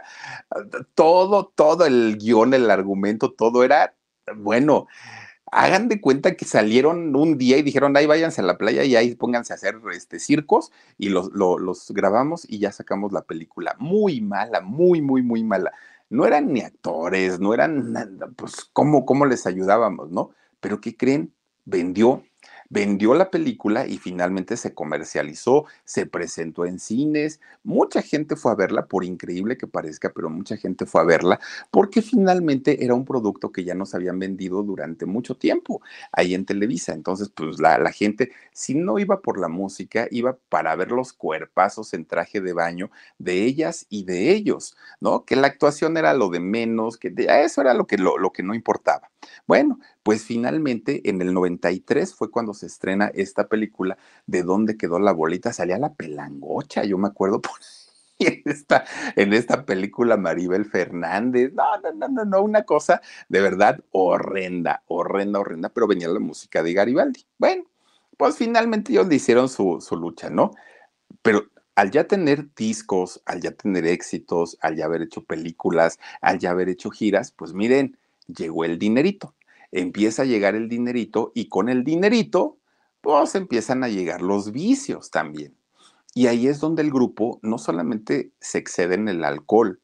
todo, todo el guión, el argumento, todo era, bueno, hagan de cuenta que salieron un día y dijeron, ahí váyanse a la playa y ahí pónganse a hacer este, circos y los, los, los grabamos y ya sacamos la película. Muy mala, muy, muy, muy mala. No eran ni actores, no eran nada, pues cómo, cómo les ayudábamos, ¿no? Pero ¿qué creen? Vendió, vendió la película y finalmente se comercializó, se presentó en cines, mucha gente fue a verla, por increíble que parezca, pero mucha gente fue a verla porque finalmente era un producto que ya nos habían vendido durante mucho tiempo ahí en Televisa. Entonces, pues la, la gente, si no iba por la música, iba para ver los cuerpazos en traje de baño de ellas y de ellos, ¿no? Que la actuación era lo de menos, que de, eso era lo que, lo, lo que no importaba. Bueno, pues finalmente en el noventa y tres fue cuando se estrena esta película de ¿Dónde quedó la bolita? Salía la pelangocha, yo me acuerdo por en esta, en esta película Maribel Fernández, no, no, no, no, no, una cosa de verdad horrenda, horrenda, horrenda, pero venía la música de Garibaldi. Bueno, pues finalmente ellos le hicieron su, su lucha, ¿no? Pero al ya tener discos, al ya tener éxitos, al ya haber hecho películas, al ya haber hecho giras, pues miren, llegó el dinerito. Empieza a llegar el dinerito y con el dinerito, pues empiezan a llegar los vicios también. Y ahí es donde el grupo no solamente se excede en el alcohol,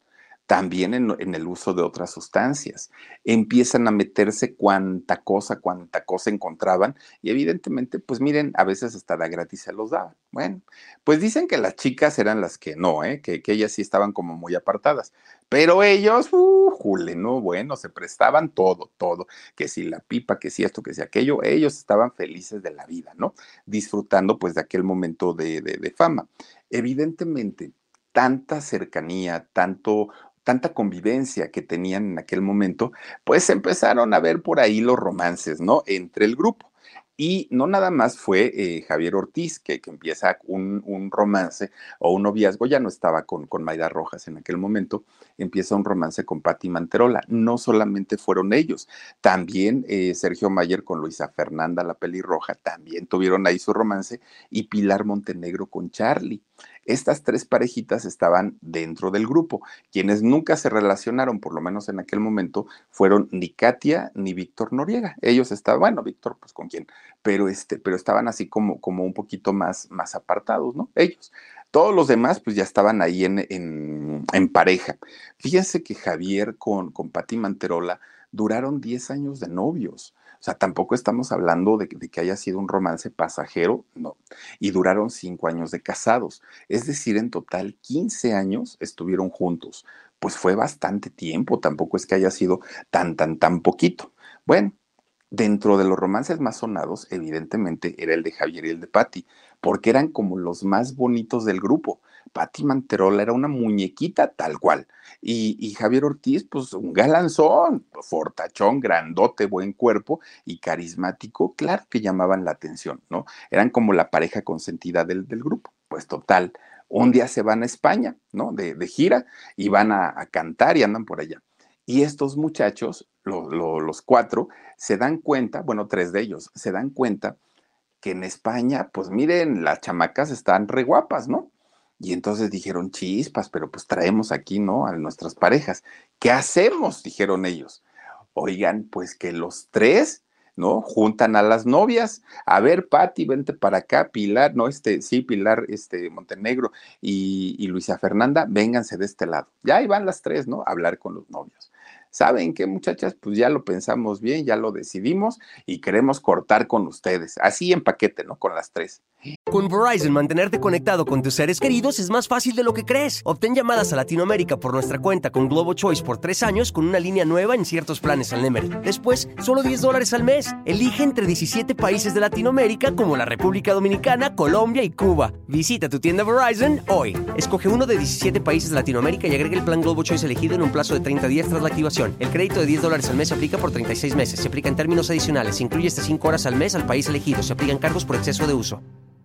también en, en el uso de otras sustancias. Empiezan a meterse cuanta cosa, cuanta cosa encontraban y evidentemente, pues miren, a veces hasta la gratis se los daban. Bueno, pues dicen que las chicas eran las que no, ¿eh? que, que ellas sí estaban como muy apartadas, pero ellos, uh, jule, no, bueno, se prestaban todo, todo, que si la pipa, que si esto, que si aquello, ellos estaban felices de la vida, ¿no? Disfrutando pues de aquel momento de, de, de fama. Evidentemente, tanta cercanía, tanto tanta convivencia que tenían en aquel momento, pues empezaron a ver por ahí los romances, ¿no? Entre el grupo. Y no nada más fue eh, Javier Ortiz, que, que empieza un, un, romance o un noviazgo, ya no estaba con, con Mayra Rojas en aquel momento, empieza un romance con Patti Manterola. No solamente fueron ellos, también eh, Sergio Mayer con Luisa Fernanda, la pelirroja, también tuvieron ahí su romance, y Pilar Montenegro con Charlie. Estas tres parejitas estaban dentro del grupo. Quienes nunca se relacionaron, por lo menos en aquel momento, fueron ni Katia ni Víctor Noriega. Ellos estaban, bueno, Víctor, pues con quién, pero, este, pero estaban así como, como un poquito más, más apartados, ¿no? Ellos. Todos los demás, pues ya estaban ahí en, en, en pareja. Fíjense que Javier con, con Patti Manterola duraron diez años de novios. O sea, tampoco estamos hablando de, de que haya sido un romance pasajero, no. Y duraron cinco años de casados. Es decir, en total quince años estuvieron juntos. Pues fue bastante tiempo, tampoco es que haya sido tan, tan, tan poquito. Bueno, dentro de los romances más sonados, evidentemente, era el de Javier y el de Patti, porque eran como los más bonitos del grupo. Patti Manterola era una muñequita tal cual. Y, y Javier Ortiz, pues un galanzón, fortachón, grandote, buen cuerpo y carismático, claro que llamaban la atención, ¿no? Eran como la pareja consentida del, del grupo. Pues total, un día se van a España, ¿no? De, de gira y van a, a cantar y andan por allá. Y estos muchachos, lo, lo, los cuatro, se dan cuenta, bueno, tres de ellos, se dan cuenta que en España, pues miren, las chamacas están re guapas, ¿no? Y entonces dijeron, chispas, pero pues traemos aquí, ¿no? A nuestras parejas. ¿Qué hacemos? Dijeron ellos. Oigan, pues que los tres, ¿no? Juntan a las novias. A ver, Patti, vente para acá, Pilar, no, este, sí, Pilar, este, Montenegro y, y Luisa Fernanda, vénganse de este lado. Ya ahí van las tres, ¿no? A hablar con los novios. ¿Saben qué, muchachas? Pues ya lo pensamos bien, ya lo decidimos y queremos cortar con ustedes. Así en paquete, ¿no? Con las tres. Con Verizon, mantenerte conectado con tus seres queridos es más fácil de lo que crees. Obtén llamadas a Latinoamérica por nuestra cuenta con Globo Choice por tres años con una línea nueva en ciertos planes al Nemery. Después, solo diez dólares al mes. Elige entre diecisiete países de Latinoamérica como la República Dominicana, Colombia y Cuba. Visita tu tienda Verizon hoy. Escoge uno de diecisiete países de Latinoamérica y agrega el plan Globo Choice elegido en un plazo de treinta días tras la activación. El crédito de diez dólares al mes se aplica por treinta y seis meses. Se aplica en términos adicionales. Se incluye hasta cinco horas al mes al país elegido. Se aplican cargos por exceso de uso.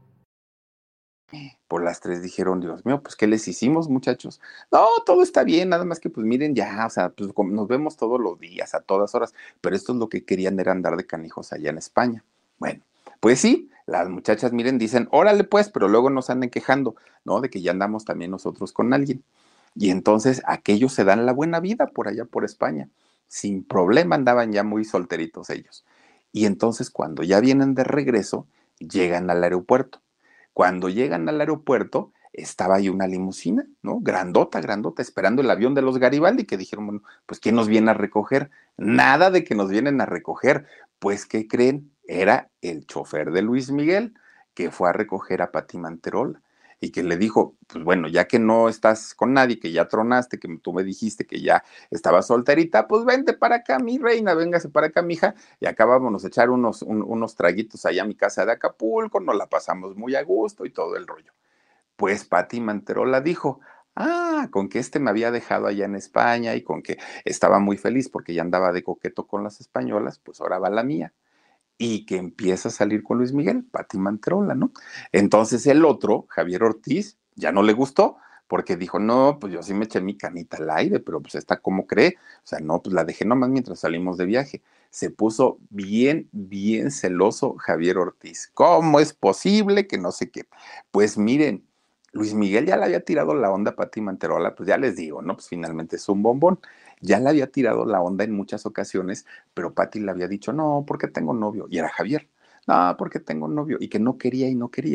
Por las tres dijeron, Dios mío, pues ¿qué les hicimos, muchachos? No, todo está bien, nada más que pues miren ya, o sea, pues nos vemos todos los días, a todas horas, pero esto es lo que querían, era andar de canijos allá en España. Bueno, pues sí, las muchachas, miren, dicen, órale pues, pero luego nos anden quejando, ¿no? De que ya andamos también nosotros con alguien. Y entonces aquellos se dan la buena vida por allá por España. Sin problema andaban ya muy solteritos ellos. Y entonces cuando ya vienen de regreso, llegan al aeropuerto. Cuando llegan al aeropuerto, estaba ahí una limusina, ¿no? Grandota, grandota, esperando el avión de los Garibaldi, que dijeron, bueno, pues ¿quién nos viene a recoger? Nada de que nos vienen a recoger. Pues, ¿qué creen? Era el chofer de Luis Miguel, que fue a recoger a Patti Manterola y que le dijo, pues bueno, ya que no estás con nadie, que ya tronaste, que tú me dijiste que ya estabas solterita, pues vente para acá, mi reina, véngase para acá, mija, y acá vámonos a echar unos, un, unos traguitos allá a mi casa de Acapulco, nos la pasamos muy a gusto y todo el rollo. Pues Patti Manterola dijo, ah, con que este me había dejado allá en España y con que estaba muy feliz porque ya andaba de coqueto con las españolas, pues ahora va la mía. Y que empieza a salir con Luis Miguel, Patti Manterola, ¿no? Entonces el otro, Javier Ortiz, ya no le gustó, porque dijo, no, pues yo sí me eché mi canita al aire, pero pues esta, ¿cómo cree? O sea, no, pues la dejé nomás mientras salimos de viaje. Se puso bien, bien celoso Javier Ortiz. ¿Cómo es posible que no sé qué? Pues miren, Luis Miguel ya le había tirado la onda a Patti Manterola, pues ya les digo, ¿no? Pues finalmente es un bombón. Ya le había tirado la onda en muchas ocasiones, pero Patti le había dicho, no, porque tengo novio. Y era Javier, no, porque tengo novio. Y que no quería y no quería.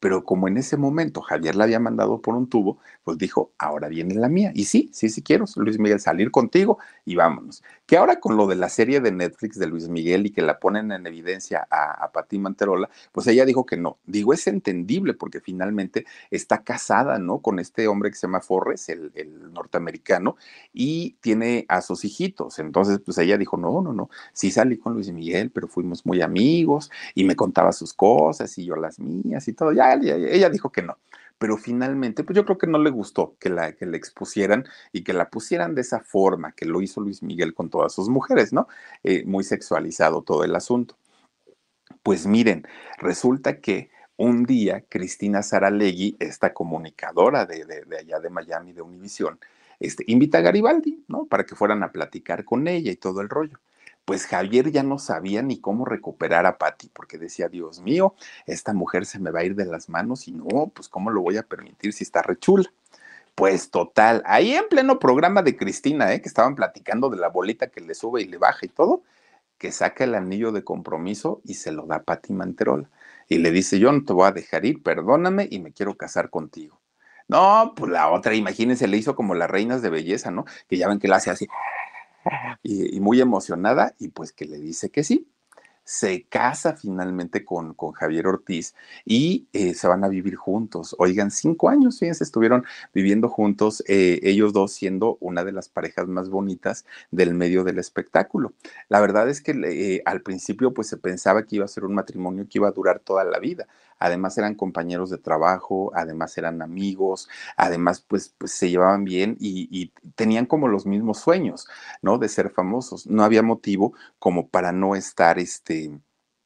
pero como en ese momento Javier la había mandado por un tubo, pues dijo, ahora viene la mía. Y sí, sí, sí quiero, Luis Miguel, salir contigo y vámonos. Que ahora con lo de la serie de Netflix de Luis Miguel y que la ponen en evidencia a, a Pati Manterola, pues ella dijo que no. Digo, es entendible porque finalmente está casada, ¿no? Con este hombre que se llama Forres, el, el norteamericano, y tiene a sus hijitos. Entonces, pues ella dijo, no, no, no, sí salí con Luis Miguel, pero fuimos muy amigos y me contaba sus cosas y yo las mías y todo. Ya, ella, ella dijo que no. Pero finalmente, pues yo creo que no le gustó que la, que la expusieran y que la pusieran de esa forma que lo hizo Luis Miguel con todas sus mujeres, ¿no? Eh, muy sexualizado todo el asunto. Pues miren, resulta que un día Cristina Saralegui, esta comunicadora de, de, de allá de Miami, de Univisión, este, invita a Garibaldi, ¿no? Para que fueran a platicar con ella y todo el rollo. Pues Javier ya no sabía ni cómo recuperar a Patti, porque decía, Dios mío, esta mujer se me va a ir de las manos y no, pues cómo lo voy a permitir si está rechula. Pues total, ahí en pleno programa de Cristina, ¿eh? Que estaban platicando de la bolita que le sube y le baja y todo, que saca el anillo de compromiso y se lo da a Pati Manterola. Y le dice, yo no te voy a dejar ir, perdóname y me quiero casar contigo. No, pues la otra, imagínense, le hizo como las reinas de belleza, ¿no? Que ya ven que la hace así, y, y muy emocionada, y pues que le dice que sí. Se casa finalmente con, con Javier Ortiz y eh, se van a vivir juntos. Oigan, cinco años, fíjense, estuvieron viviendo juntos, eh, ellos dos siendo una de las parejas más bonitas del medio del espectáculo. La verdad es que eh, al principio pues se pensaba que iba a ser un matrimonio que iba a durar toda la vida. Además eran compañeros de trabajo, además eran amigos, además pues, pues se llevaban bien y, y tenían como los mismos sueños, ¿no? De ser famosos. No había motivo como para no estar este,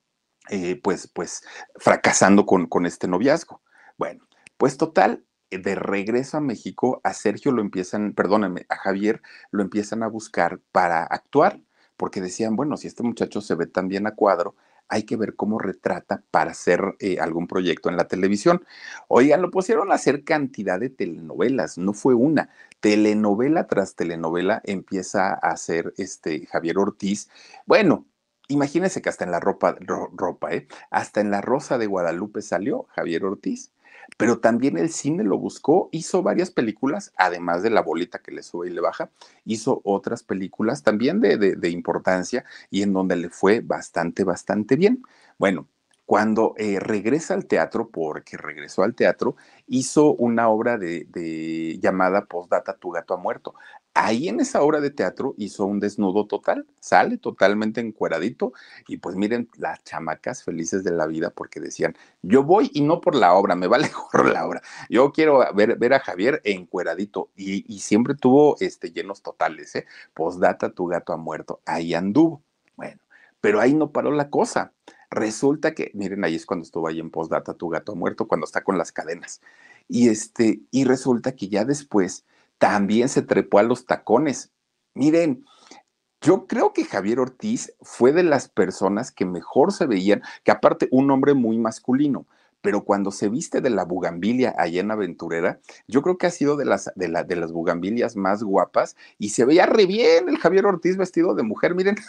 eh, pues, pues fracasando con, con este noviazgo. Bueno, pues total, eh, de regreso a México, a Sergio lo empiezan, perdóname, a Javier lo empiezan a buscar para actuar, porque decían, bueno, si este muchacho se ve tan bien a cuadro, hay que ver cómo retrata para hacer eh, algún proyecto en la televisión. Oigan, lo pusieron a hacer cantidad de telenovelas, no fue una. Telenovela tras telenovela empieza a hacer este Javier Ortiz. Bueno, imagínense que hasta en la ropa, ro, ropa, ¿eh? Hasta en La Rosa de Guadalupe salió Javier Ortiz. Pero también el cine lo buscó, hizo varias películas, además de La Bolita que le sube y le baja, hizo otras películas también de, de, de importancia y en donde le fue bastante, bastante bien. Bueno, cuando eh, regresa al teatro, porque regresó al teatro, hizo una obra de, de llamada Postdata, tu gato ha muerto. Ahí en esa obra de teatro hizo un desnudo total, sale totalmente encueradito y pues miren las chamacas felices de la vida porque decían, yo voy y no por la obra, me vale gorro la obra, yo quiero ver, ver a Javier encueradito y, y siempre tuvo este, llenos totales, ¿eh? Postdata, tu gato ha muerto, ahí anduvo. Bueno, pero ahí no paró la cosa. Resulta que, miren, ahí es cuando estuvo ahí en Postdata, tu gato ha muerto, cuando está con las cadenas. Y este, y resulta que ya después también se trepó a los tacones. Miren, yo creo que Javier Ortiz fue de las personas que mejor se veían, que aparte un hombre muy masculino, pero cuando se viste de la bugambilia allá en Aventurera, yo creo que ha sido de las, de la, de las bugambilias más guapas y se veía re bien el Javier Ortiz vestido de mujer, miren.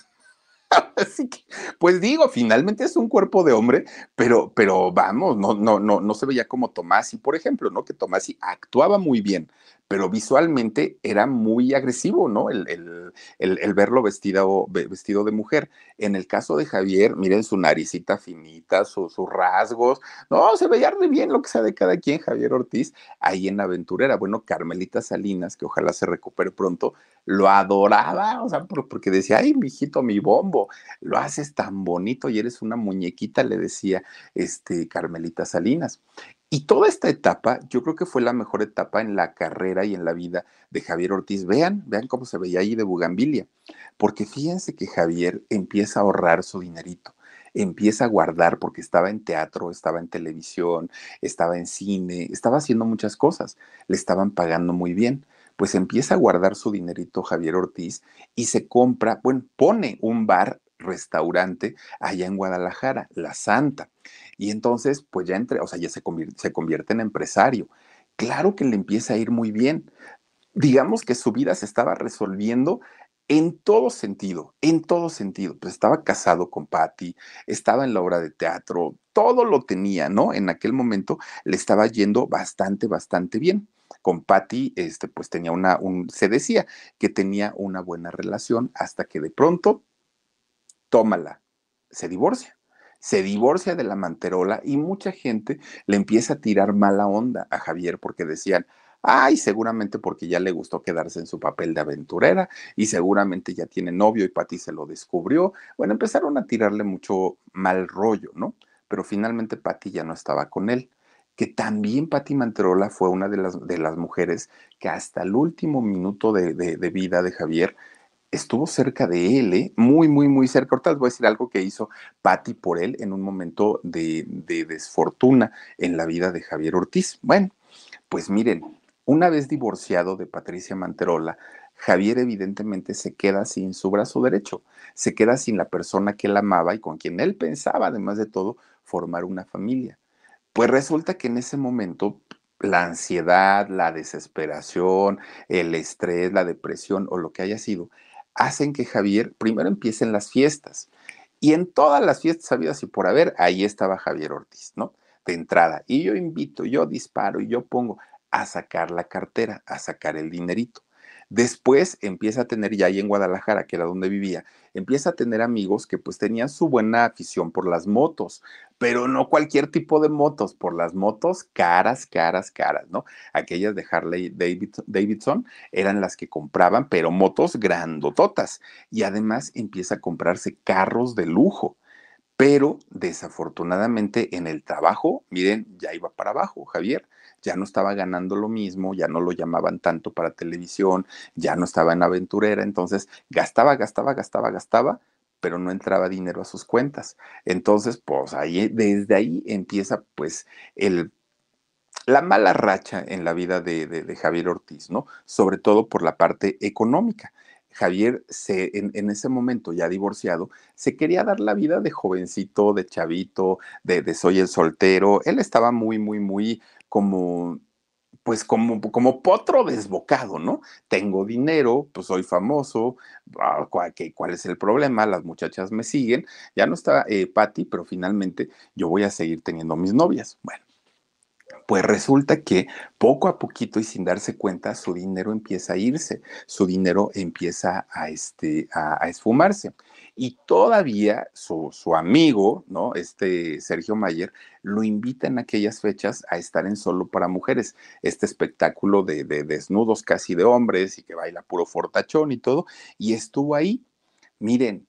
Así que, pues digo, finalmente es un cuerpo de hombre, pero, pero vamos, no, no, no, no se veía como Tomasi, por ejemplo, ¿no? Que Tomasi actuaba muy bien, pero visualmente era muy agresivo, ¿no? El, el, el, el verlo vestido, vestido de mujer. En el caso de Javier, miren su naricita finita, su, sus rasgos, no, se veía re bien lo que sea de cada quien, Javier Ortiz, ahí en Aventurera. Bueno, Carmelita Salinas, que ojalá se recupere pronto, lo adoraba, o sea, porque decía, ay, mijito, mi bombo, lo haces tan bonito y eres una muñequita, le decía este, Carmelita Salinas. Y toda esta etapa, yo creo que fue la mejor etapa en la carrera y en la vida de Javier Ortiz. Vean, vean cómo se veía ahí de bugambilia, porque fíjense que Javier empieza a ahorrar su dinerito, empieza a guardar porque estaba en teatro, estaba en televisión, estaba en cine, estaba haciendo muchas cosas, le estaban pagando muy bien. Pues empieza a guardar su dinerito Javier Ortiz y se compra, bueno, pone un bar, restaurante allá en Guadalajara, La Santa. Y entonces, pues ya entre, o sea, ya se convierte, se convierte en empresario. Claro que le empieza a ir muy bien. Digamos que su vida se estaba resolviendo en todo sentido, en todo sentido. Pues estaba casado con Patty, estaba en la obra de teatro, todo lo tenía, ¿no? En aquel momento le estaba yendo bastante, bastante bien. Con Patty, este, pues tenía una, un, se decía que tenía una buena relación hasta que de pronto, tómala, se divorcia. Se divorcia de la manterola y mucha gente le empieza a tirar mala onda a Javier porque decían, ay, seguramente porque ya le gustó quedarse en su papel de aventurera y seguramente ya tiene novio y Patty se lo descubrió. Bueno, empezaron a tirarle mucho mal rollo, ¿no? Pero finalmente Patty ya no estaba con él. Que también Patty Manterola fue una de las, de las mujeres que hasta el último minuto de, de, de vida de Javier estuvo cerca de él, ¿eh? Muy, muy, muy cerca. Ahorita les voy a decir algo que hizo Patty por él en un momento de, de desfortuna en la vida de Javier Ortiz. Bueno, pues miren, una vez divorciado de Patricia Manterola, Javier evidentemente se queda sin su brazo derecho, se queda sin la persona que él amaba y con quien él pensaba, además de todo, formar una familia. Pues resulta que en ese momento la ansiedad, la desesperación, el estrés, la depresión o lo que haya sido, hacen que Javier primero empiece en las fiestas. Y en todas las fiestas habidas y por haber, ahí estaba Javier Ortiz, ¿no? De entrada. Y yo invito, yo disparo y yo pongo a sacar la cartera, a sacar el dinerito. Después empieza a tener, ya ahí en Guadalajara, que era donde vivía, empieza a tener amigos que pues tenían su buena afición por las motos, pero no cualquier tipo de motos, por las motos caras, caras, caras, ¿no? Aquellas de Harley Davidson eran las que compraban, pero motos grandototas. Y además empieza a comprarse carros de lujo. Pero desafortunadamente en el trabajo, miren, ya iba para abajo, Javier. Ya no estaba ganando lo mismo, ya no lo llamaban tanto para televisión, ya no estaba en aventurera, entonces gastaba, gastaba, gastaba, gastaba, pero no entraba dinero a sus cuentas. Entonces, pues ahí, desde ahí empieza pues el la mala racha en la vida de, de, de Javier Ortiz, ¿no? Sobre todo por la parte económica. Javier, se, en, en, ese momento ya divorciado, se quería dar la vida de jovencito, de chavito, de, de soy el soltero. Él estaba muy, muy, muy como, pues como, como potro desbocado, ¿no? Tengo dinero, pues soy famoso, ah, ¿cuál, qué, ¿cuál es el problema? Las muchachas me siguen. Ya no está eh, Patty, pero finalmente yo voy a seguir teniendo mis novias. Bueno. Pues resulta que poco a poquito y sin darse cuenta, su dinero empieza a irse, su dinero empieza a, este, a, a esfumarse. Y todavía su, su amigo, ¿no? Este Sergio Mayer, lo invita en aquellas fechas a estar en Solo para Mujeres, este espectáculo de, de desnudos casi de hombres y que baila puro fortachón y todo, y estuvo ahí. Miren,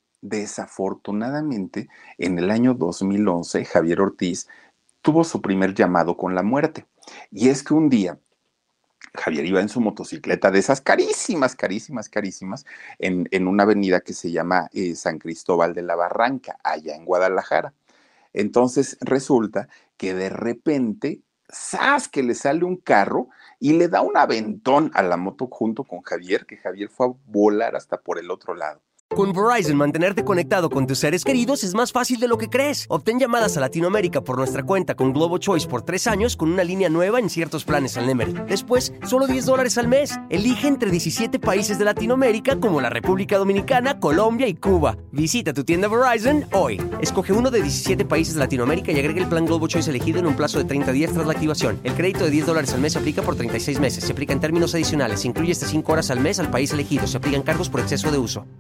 desafortunadamente, en el año dos mil once, Javier Ortiz tuvo su primer llamado con la muerte. Y es que un día Javier iba en su motocicleta de esas carísimas, carísimas, carísimas, en, en una avenida que se llama eh, San Cristóbal de la Barranca, allá en Guadalajara. Entonces resulta que de repente, ¡zas!, que le sale un carro y le da un aventón a la moto junto con Javier, que Javier fue a volar hasta por el otro lado. Con Verizon, mantenerte conectado con tus seres queridos es más fácil de lo que crees. Obtén llamadas a Latinoamérica por nuestra cuenta con Globo Choice por tres años con una línea nueva en ciertos planes al Nemery. Después, solo diez dólares al mes. Elige entre diecisiete países de Latinoamérica como la República Dominicana, Colombia y Cuba. Visita tu tienda Verizon hoy. Escoge uno de diecisiete países de Latinoamérica y agrega el plan Globo Choice elegido en un plazo de treinta días tras la activación. El crédito de diez dólares al mes se aplica por treinta y seis meses. Se aplica en términos adicionales. Se incluye hasta cinco horas al mes al país elegido. Se aplican cargos por exceso de uso.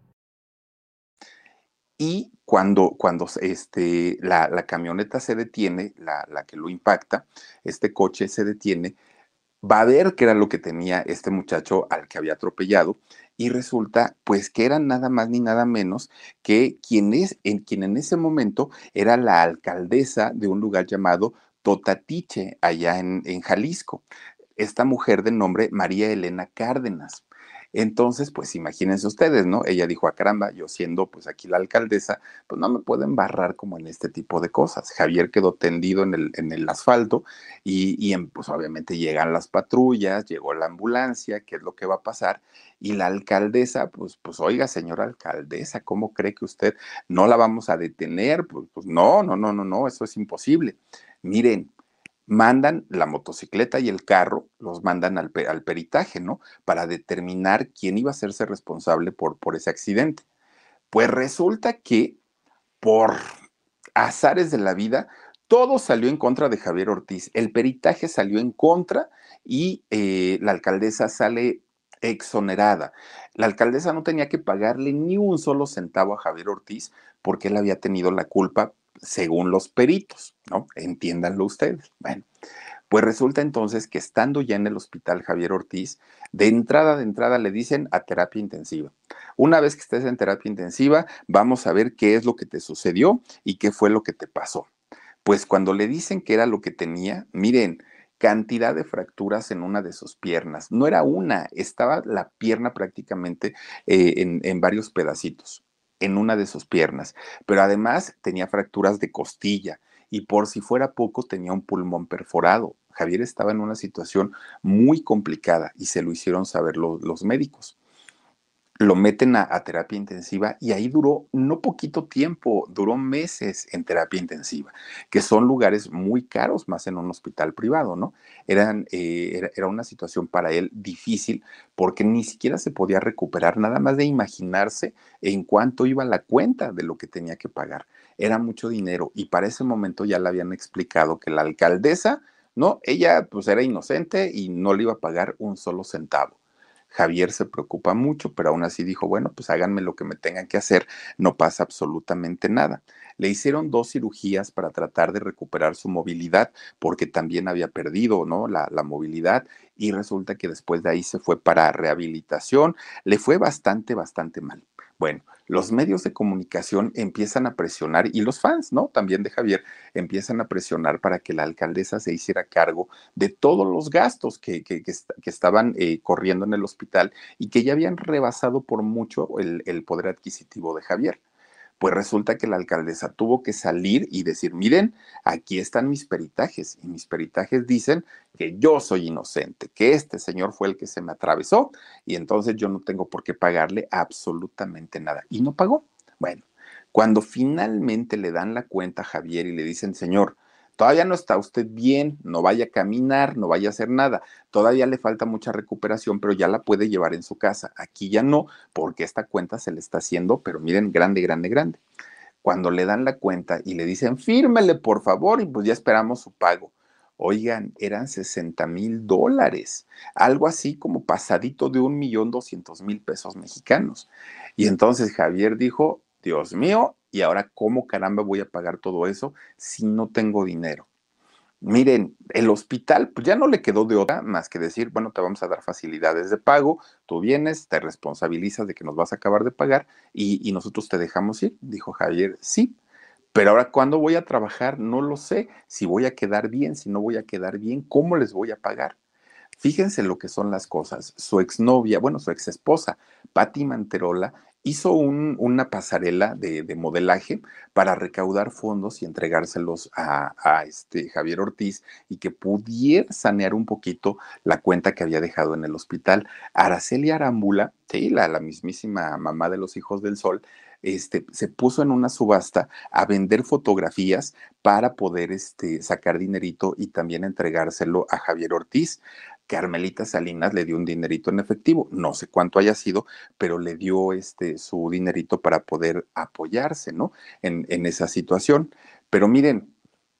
Y cuando, cuando este, la, la camioneta se detiene, la, la que lo impacta, este coche se detiene, va a ver qué era lo que tenía este muchacho al que había atropellado y resulta pues que era nada más ni nada menos que quien, es, en, quien en ese momento era la alcaldesa de un lugar llamado Totatiche, allá en, en Jalisco. Esta mujer de nombre María Elena Cárdenas. Entonces, pues imagínense ustedes, ¿no? Ella dijo, a caramba, yo siendo pues aquí la alcaldesa, pues no me puedo embarrar como en este tipo de cosas. Javier quedó tendido en el, en el asfalto y, y en, pues obviamente llegan las patrullas, llegó la ambulancia, ¿qué es lo que va a pasar? Y la alcaldesa, pues, pues oiga, señora alcaldesa, ¿cómo cree que usted no la vamos a detener? Pues, pues no, no, no, no, no, eso es imposible. Miren, mandan la motocicleta y el carro, los mandan al, pe- al peritaje, ¿no? Para determinar quién iba a hacerse responsable por, por ese accidente. Pues resulta que por azares de la vida, todo salió en contra de Javier Ortiz. El peritaje salió en contra y eh, la alcaldesa sale exonerada. La alcaldesa no tenía que pagarle ni un solo centavo a Javier Ortiz porque él había tenido la culpa según los peritos, ¿no? Entiéndanlo ustedes. Bueno, pues resulta entonces que estando ya en el hospital Javier Ortiz, de entrada de entrada le dicen a terapia intensiva. Una vez que estés en terapia intensiva, vamos a ver qué es lo que te sucedió y qué fue lo que te pasó. Pues cuando le dicen que era lo que tenía, miren, cantidad de fracturas en una de sus piernas. No era una, estaba la pierna prácticamente eh, en, en varios pedacitos, en una de sus piernas. Pero además tenía fracturas de costilla y por si fuera poco tenía un pulmón perforado. Javier estaba en una situación muy complicada y se lo hicieron saber lo- los médicos. Lo meten a, a terapia intensiva y ahí duró no poquito tiempo, duró meses en terapia intensiva, que son lugares muy caros, más en un hospital privado, ¿no? Eran, eh, era, era una situación para él difícil porque ni siquiera se podía recuperar, nada más de imaginarse en cuánto iba la cuenta de lo que tenía que pagar. Era mucho dinero y para ese momento ya le habían explicado que la alcaldesa, no, ella pues era inocente y no le iba a pagar un solo centavo. Javier se preocupa mucho, pero aún así dijo, bueno, pues háganme lo que me tengan que hacer, no pasa absolutamente nada. Le hicieron dos cirugías para tratar de recuperar su movilidad, porque también había perdido, ¿no? La, la movilidad y resulta que después de ahí se fue para rehabilitación, le fue bastante, bastante mal. Bueno, los medios de comunicación empiezan a presionar y los fans, ¿no? También de Javier empiezan a presionar para que la alcaldesa se hiciera cargo de todos los gastos que, que, que, que estaban eh, corriendo en el hospital y que ya habían rebasado por mucho el, el poder adquisitivo de Javier. Pues resulta que la alcaldesa tuvo que salir y decir, miren, aquí están mis peritajes y mis peritajes dicen que yo soy inocente, que este señor fue el que se me atravesó y entonces yo no tengo por qué pagarle absolutamente nada. Y no pagó. Bueno, cuando finalmente le dan la cuenta a Javier y le dicen, señor, todavía no está usted bien, no vaya a caminar, no vaya a hacer nada, todavía le falta mucha recuperación, pero ya la puede llevar en su casa. Aquí ya no, porque esta cuenta se le está haciendo, pero miren, grande, grande, grande. Cuando le dan la cuenta y le dicen, fírmele por favor, y pues ya esperamos su pago. Oigan, eran sesenta mil dólares, algo así como pasadito de un millón doscientos mil pesos mexicanos. Y entonces Javier dijo, Dios mío, ¿y ahora cómo caramba voy a pagar todo eso si no tengo dinero? Miren, el hospital pues ya no le quedó de otra más que decir, bueno, te vamos a dar facilidades de pago, tú vienes, te responsabilizas de que nos vas a acabar de pagar y, y nosotros te dejamos ir. Dijo Javier, sí, pero ahora ¿cuándo voy a trabajar? No lo sé, si voy a quedar bien, si no voy a quedar bien, ¿cómo les voy a pagar? Fíjense lo que son las cosas. Su exnovia, bueno, su exesposa, Patti Manterola, hizo un, una pasarela de, de, modelaje para recaudar fondos y entregárselos a, a este Javier Ortiz y que pudiera sanear un poquito la cuenta que había dejado en el hospital. Araceli Arámbula, sí, la, la mismísima mamá de los hijos del sol, este, se puso en una subasta a vender fotografías para poder este, sacar dinerito y también entregárselo a Javier Ortiz. Carmelita Salinas le dio un dinerito en efectivo, no sé cuánto haya sido, pero le dio este su dinerito para poder apoyarse, ¿no? En, en esa situación. Pero miren,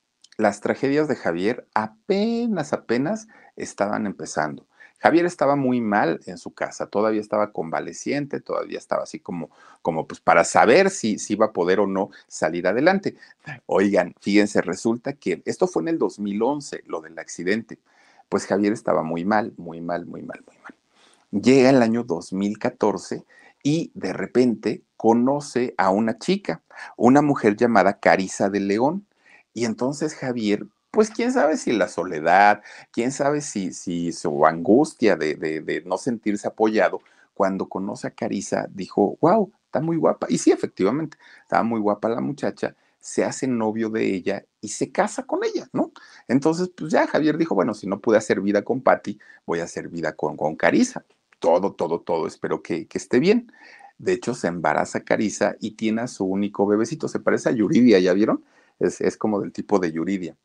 las tragedias de Javier apenas, apenas estaban empezando. Javier estaba muy mal en su casa, todavía estaba convaleciente, todavía estaba así como, como pues para saber si, si iba a poder o no salir adelante. Oigan, fíjense, resulta que esto fue en el dos mil once, lo del accidente. Pues Javier estaba muy mal, muy mal, muy mal, muy mal. Llega el año dos mil catorce y de repente conoce a una chica, una mujer llamada Carisa de León. Y entonces Javier, pues quién sabe si la soledad, quién sabe si, si su angustia de, de, de no sentirse apoyado, cuando conoce a Carisa, dijo, wow, está muy guapa. Y sí, efectivamente, estaba muy guapa la muchacha, se hace novio de ella y se casa con ella, ¿no? Entonces, pues ya Javier dijo, bueno, si no pude hacer vida con Patty, voy a hacer vida con, con Carisa. Todo, todo, todo, espero que, que esté bien. De hecho, se embaraza Carisa y tiene a su único bebecito. Se parece a Yuridia, ¿ya vieron? Es, es como del tipo de Yuridia.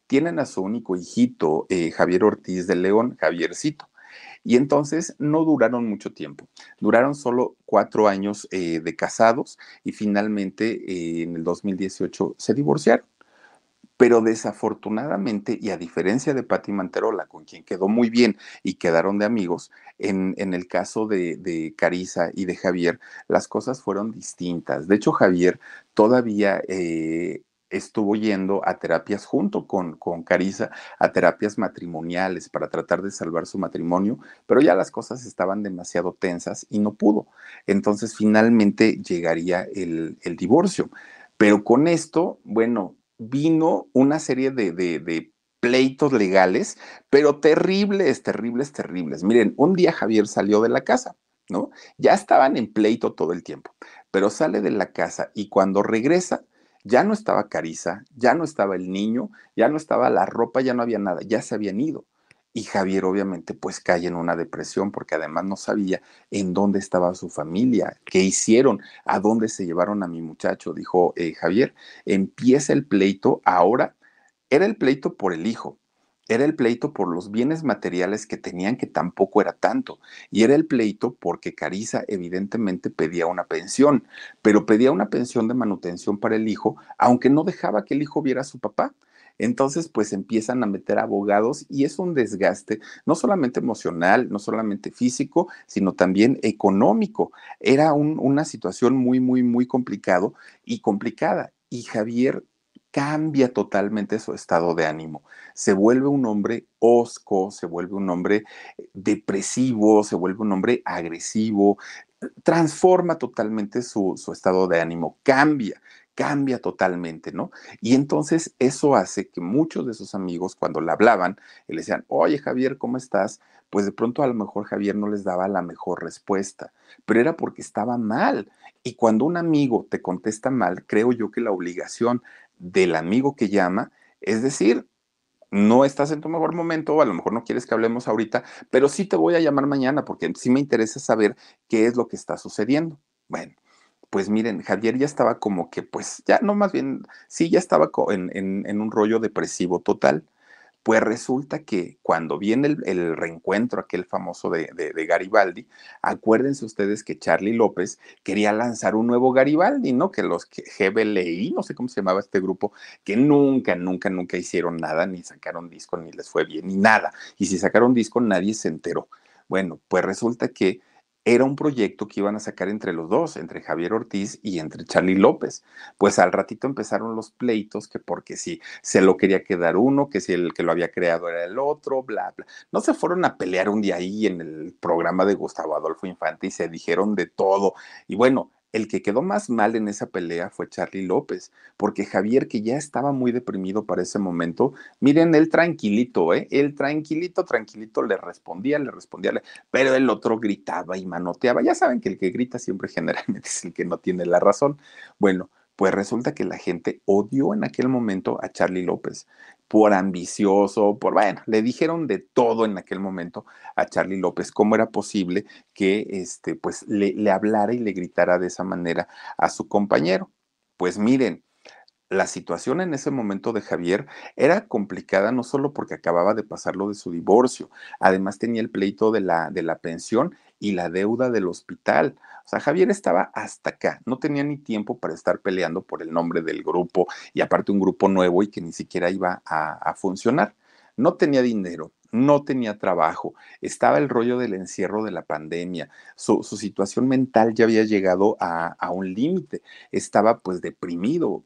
tienen a su único hijito, eh, Javier Ortiz de León, Javiercito. Y entonces no duraron mucho tiempo, duraron solo cuatro años eh, de casados y finalmente eh, en el dos mil dieciocho se divorciaron. Pero desafortunadamente, y a diferencia de Pati Manterola, con quien quedó muy bien y quedaron de amigos, en, en el caso de, de Carissa y de Javier, las cosas fueron distintas. De hecho, Javier todavía eh, estuvo yendo a terapias junto con, con Carissa, a terapias matrimoniales para tratar de salvar su matrimonio, pero ya las cosas estaban demasiado tensas y no pudo. Entonces, finalmente llegaría el, el divorcio. Pero con esto, bueno, vino una serie de, de, de pleitos legales, pero terribles, terribles, terribles. Miren, un día Javier salió de la casa, ¿no? Ya estaban en pleito todo el tiempo, pero sale de la casa y cuando regresa, ya no estaba Carissa, ya no estaba el niño, ya no estaba la ropa, ya no había nada, ya se habían ido. Y Javier obviamente pues cae en una depresión porque además no sabía en dónde estaba su familia, qué hicieron, a dónde se llevaron a mi muchacho, dijo eh, Javier. Empieza el pleito, ahora era el pleito por el hijo, era el pleito por los bienes materiales que tenían, que tampoco era tanto, y era el pleito porque Carissa evidentemente pedía una pensión, pero pedía una pensión de manutención para el hijo, aunque no dejaba que el hijo viera a su papá. Entonces, pues empiezan a meter abogados y es un desgaste, no solamente emocional, no solamente físico, sino también económico. Era un, una situación muy, muy, muy complicado y complicada. Y Javier cambia totalmente su estado de ánimo. Se vuelve un hombre hosco, se vuelve un hombre depresivo, se vuelve un hombre agresivo, transforma totalmente su, su estado de ánimo, cambia cambia totalmente, ¿no? Y entonces eso hace que muchos de sus amigos, cuando le hablaban, le decían, oye Javier, ¿cómo estás? Pues de pronto a lo mejor Javier no les daba la mejor respuesta, pero era porque estaba mal. Y cuando un amigo te contesta mal, creo yo que la obligación del amigo que llama es decir, no estás en tu mejor momento, o a lo mejor no quieres que hablemos ahorita, pero sí te voy a llamar mañana porque sí me interesa saber qué es lo que está sucediendo. Bueno, pues miren, Javier ya estaba como que, pues ya no más bien, sí, ya estaba en, en, en un rollo depresivo total. Pues resulta que cuando viene el, el reencuentro, aquel famoso de, de, de Garibaldi, acuérdense ustedes que Charly López quería lanzar un nuevo Garibaldi, ¿no? Que los que G B L I, no sé cómo se llamaba este grupo, que nunca, nunca, nunca hicieron nada, ni sacaron disco, ni les fue bien, ni nada. Y si sacaron disco, nadie se enteró. Bueno, pues resulta que era un proyecto que iban a sacar entre los dos, entre Javier Ortiz y entre Charly López. Pues al ratito empezaron los pleitos, que porque si se lo quería quedar uno, que si el que lo había creado era el otro, bla, bla. No se fueron a pelear un día ahí en el programa de Gustavo Adolfo Infante y se dijeron de todo. Y bueno, el que quedó más mal en esa pelea fue Charly López, porque Javier, que ya estaba muy deprimido para ese momento, miren, él tranquilito, ¿eh? Él tranquilito, tranquilito le respondía, le respondía, le... pero el otro gritaba y manoteaba. Ya saben que el que grita siempre generalmente es el que no tiene la razón. Bueno, pues resulta que la gente odió en aquel momento a Charly López por ambicioso, por, bueno, le dijeron de todo en aquel momento a Charly López. ¿Cómo era posible que este, pues, le, le hablara y le gritara de esa manera a su compañero? Pues miren, la situación en ese momento de Javier era complicada no solo porque acababa de pasar lo de su divorcio, además tenía el pleito de la, de la pensión y la deuda del hospital. O sea, Javier estaba hasta acá, no tenía ni tiempo para estar peleando por el nombre del grupo y aparte un grupo nuevo y que ni siquiera iba a, a funcionar. No tenía dinero, no tenía trabajo, estaba el rollo del encierro de la pandemia, su, su situación mental ya había llegado a, a un límite, estaba pues deprimido.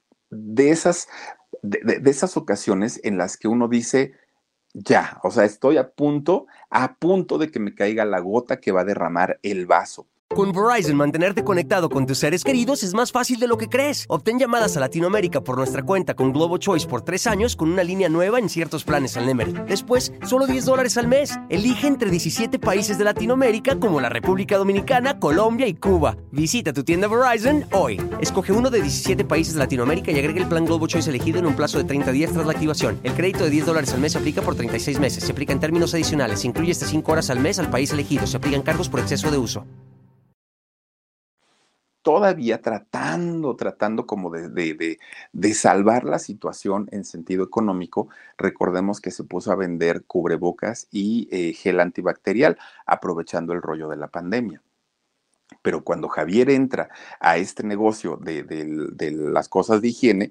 De esas, de, de, de esas ocasiones en las que uno dice, ya, o sea, estoy a punto, a punto de que me caiga la gota que va a derramar el vaso. Con Verizon, mantenerte conectado con tus seres queridos es más fácil de lo que crees. Obtén llamadas a Latinoamérica por nuestra cuenta con Globo Choice por tres años con una línea nueva en ciertos planes al Nemery. Después, solo diez dólares al mes. Elige entre diecisiete países de Latinoamérica como la República Dominicana, Colombia y Cuba. Visita tu tienda Verizon hoy. Escoge uno de diecisiete países de Latinoamérica y agrega el plan Globo Choice elegido en un plazo de treinta días tras la activación. El crédito de diez dólares al mes se aplica por treinta y seis meses. Se aplica en términos adicionales. Se incluye hasta cinco horas al mes al país elegido. Se aplican cargos por exceso de uso. todavía tratando, tratando como de, de, de, de salvar la situación en sentido económico. Recordemos que se puso a vender cubrebocas y eh, gel antibacterial, aprovechando el rollo de la pandemia. Pero cuando Javier entra a este negocio de, de, de las cosas de higiene,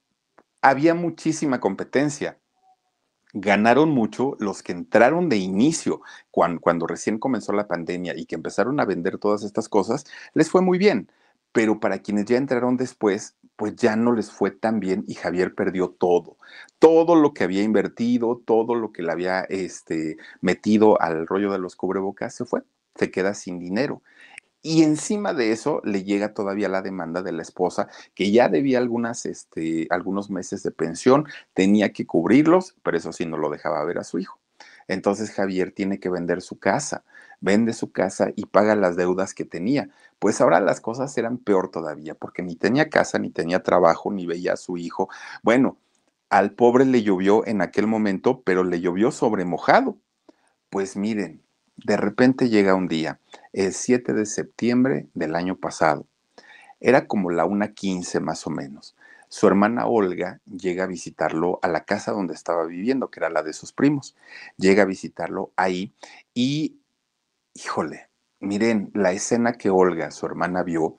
había muchísima competencia. Ganaron mucho los que entraron de inicio, cuando, cuando recién comenzó la pandemia y que empezaron a vender todas estas cosas, les fue muy bien. Pero para quienes ya entraron después, pues ya no les fue tan bien y Javier perdió todo. Todo lo que había invertido, todo lo que le había este, metido al rollo de los cubrebocas, se fue, se queda sin dinero. Y encima de eso le llega todavía la demanda de la esposa, que ya debía algunas, este, algunos meses de pensión, tenía que cubrirlos, pero eso sí no lo dejaba ver a su hijo. Entonces Javier tiene que vender su casa, vende su casa y paga las deudas que tenía. Pues ahora las cosas eran peor todavía, porque ni tenía casa, ni tenía trabajo, ni veía a su hijo. Bueno, al pobre le llovió en aquel momento, pero le llovió sobre mojado. Pues miren, de repente llega un día, el siete de septiembre del año pasado. Era como la una quince más o menos. Su hermana Olga llega a visitarlo a la casa donde estaba viviendo, que era la de sus primos. Llega a visitarlo ahí y, híjole, miren, la escena que Olga, su hermana, vio,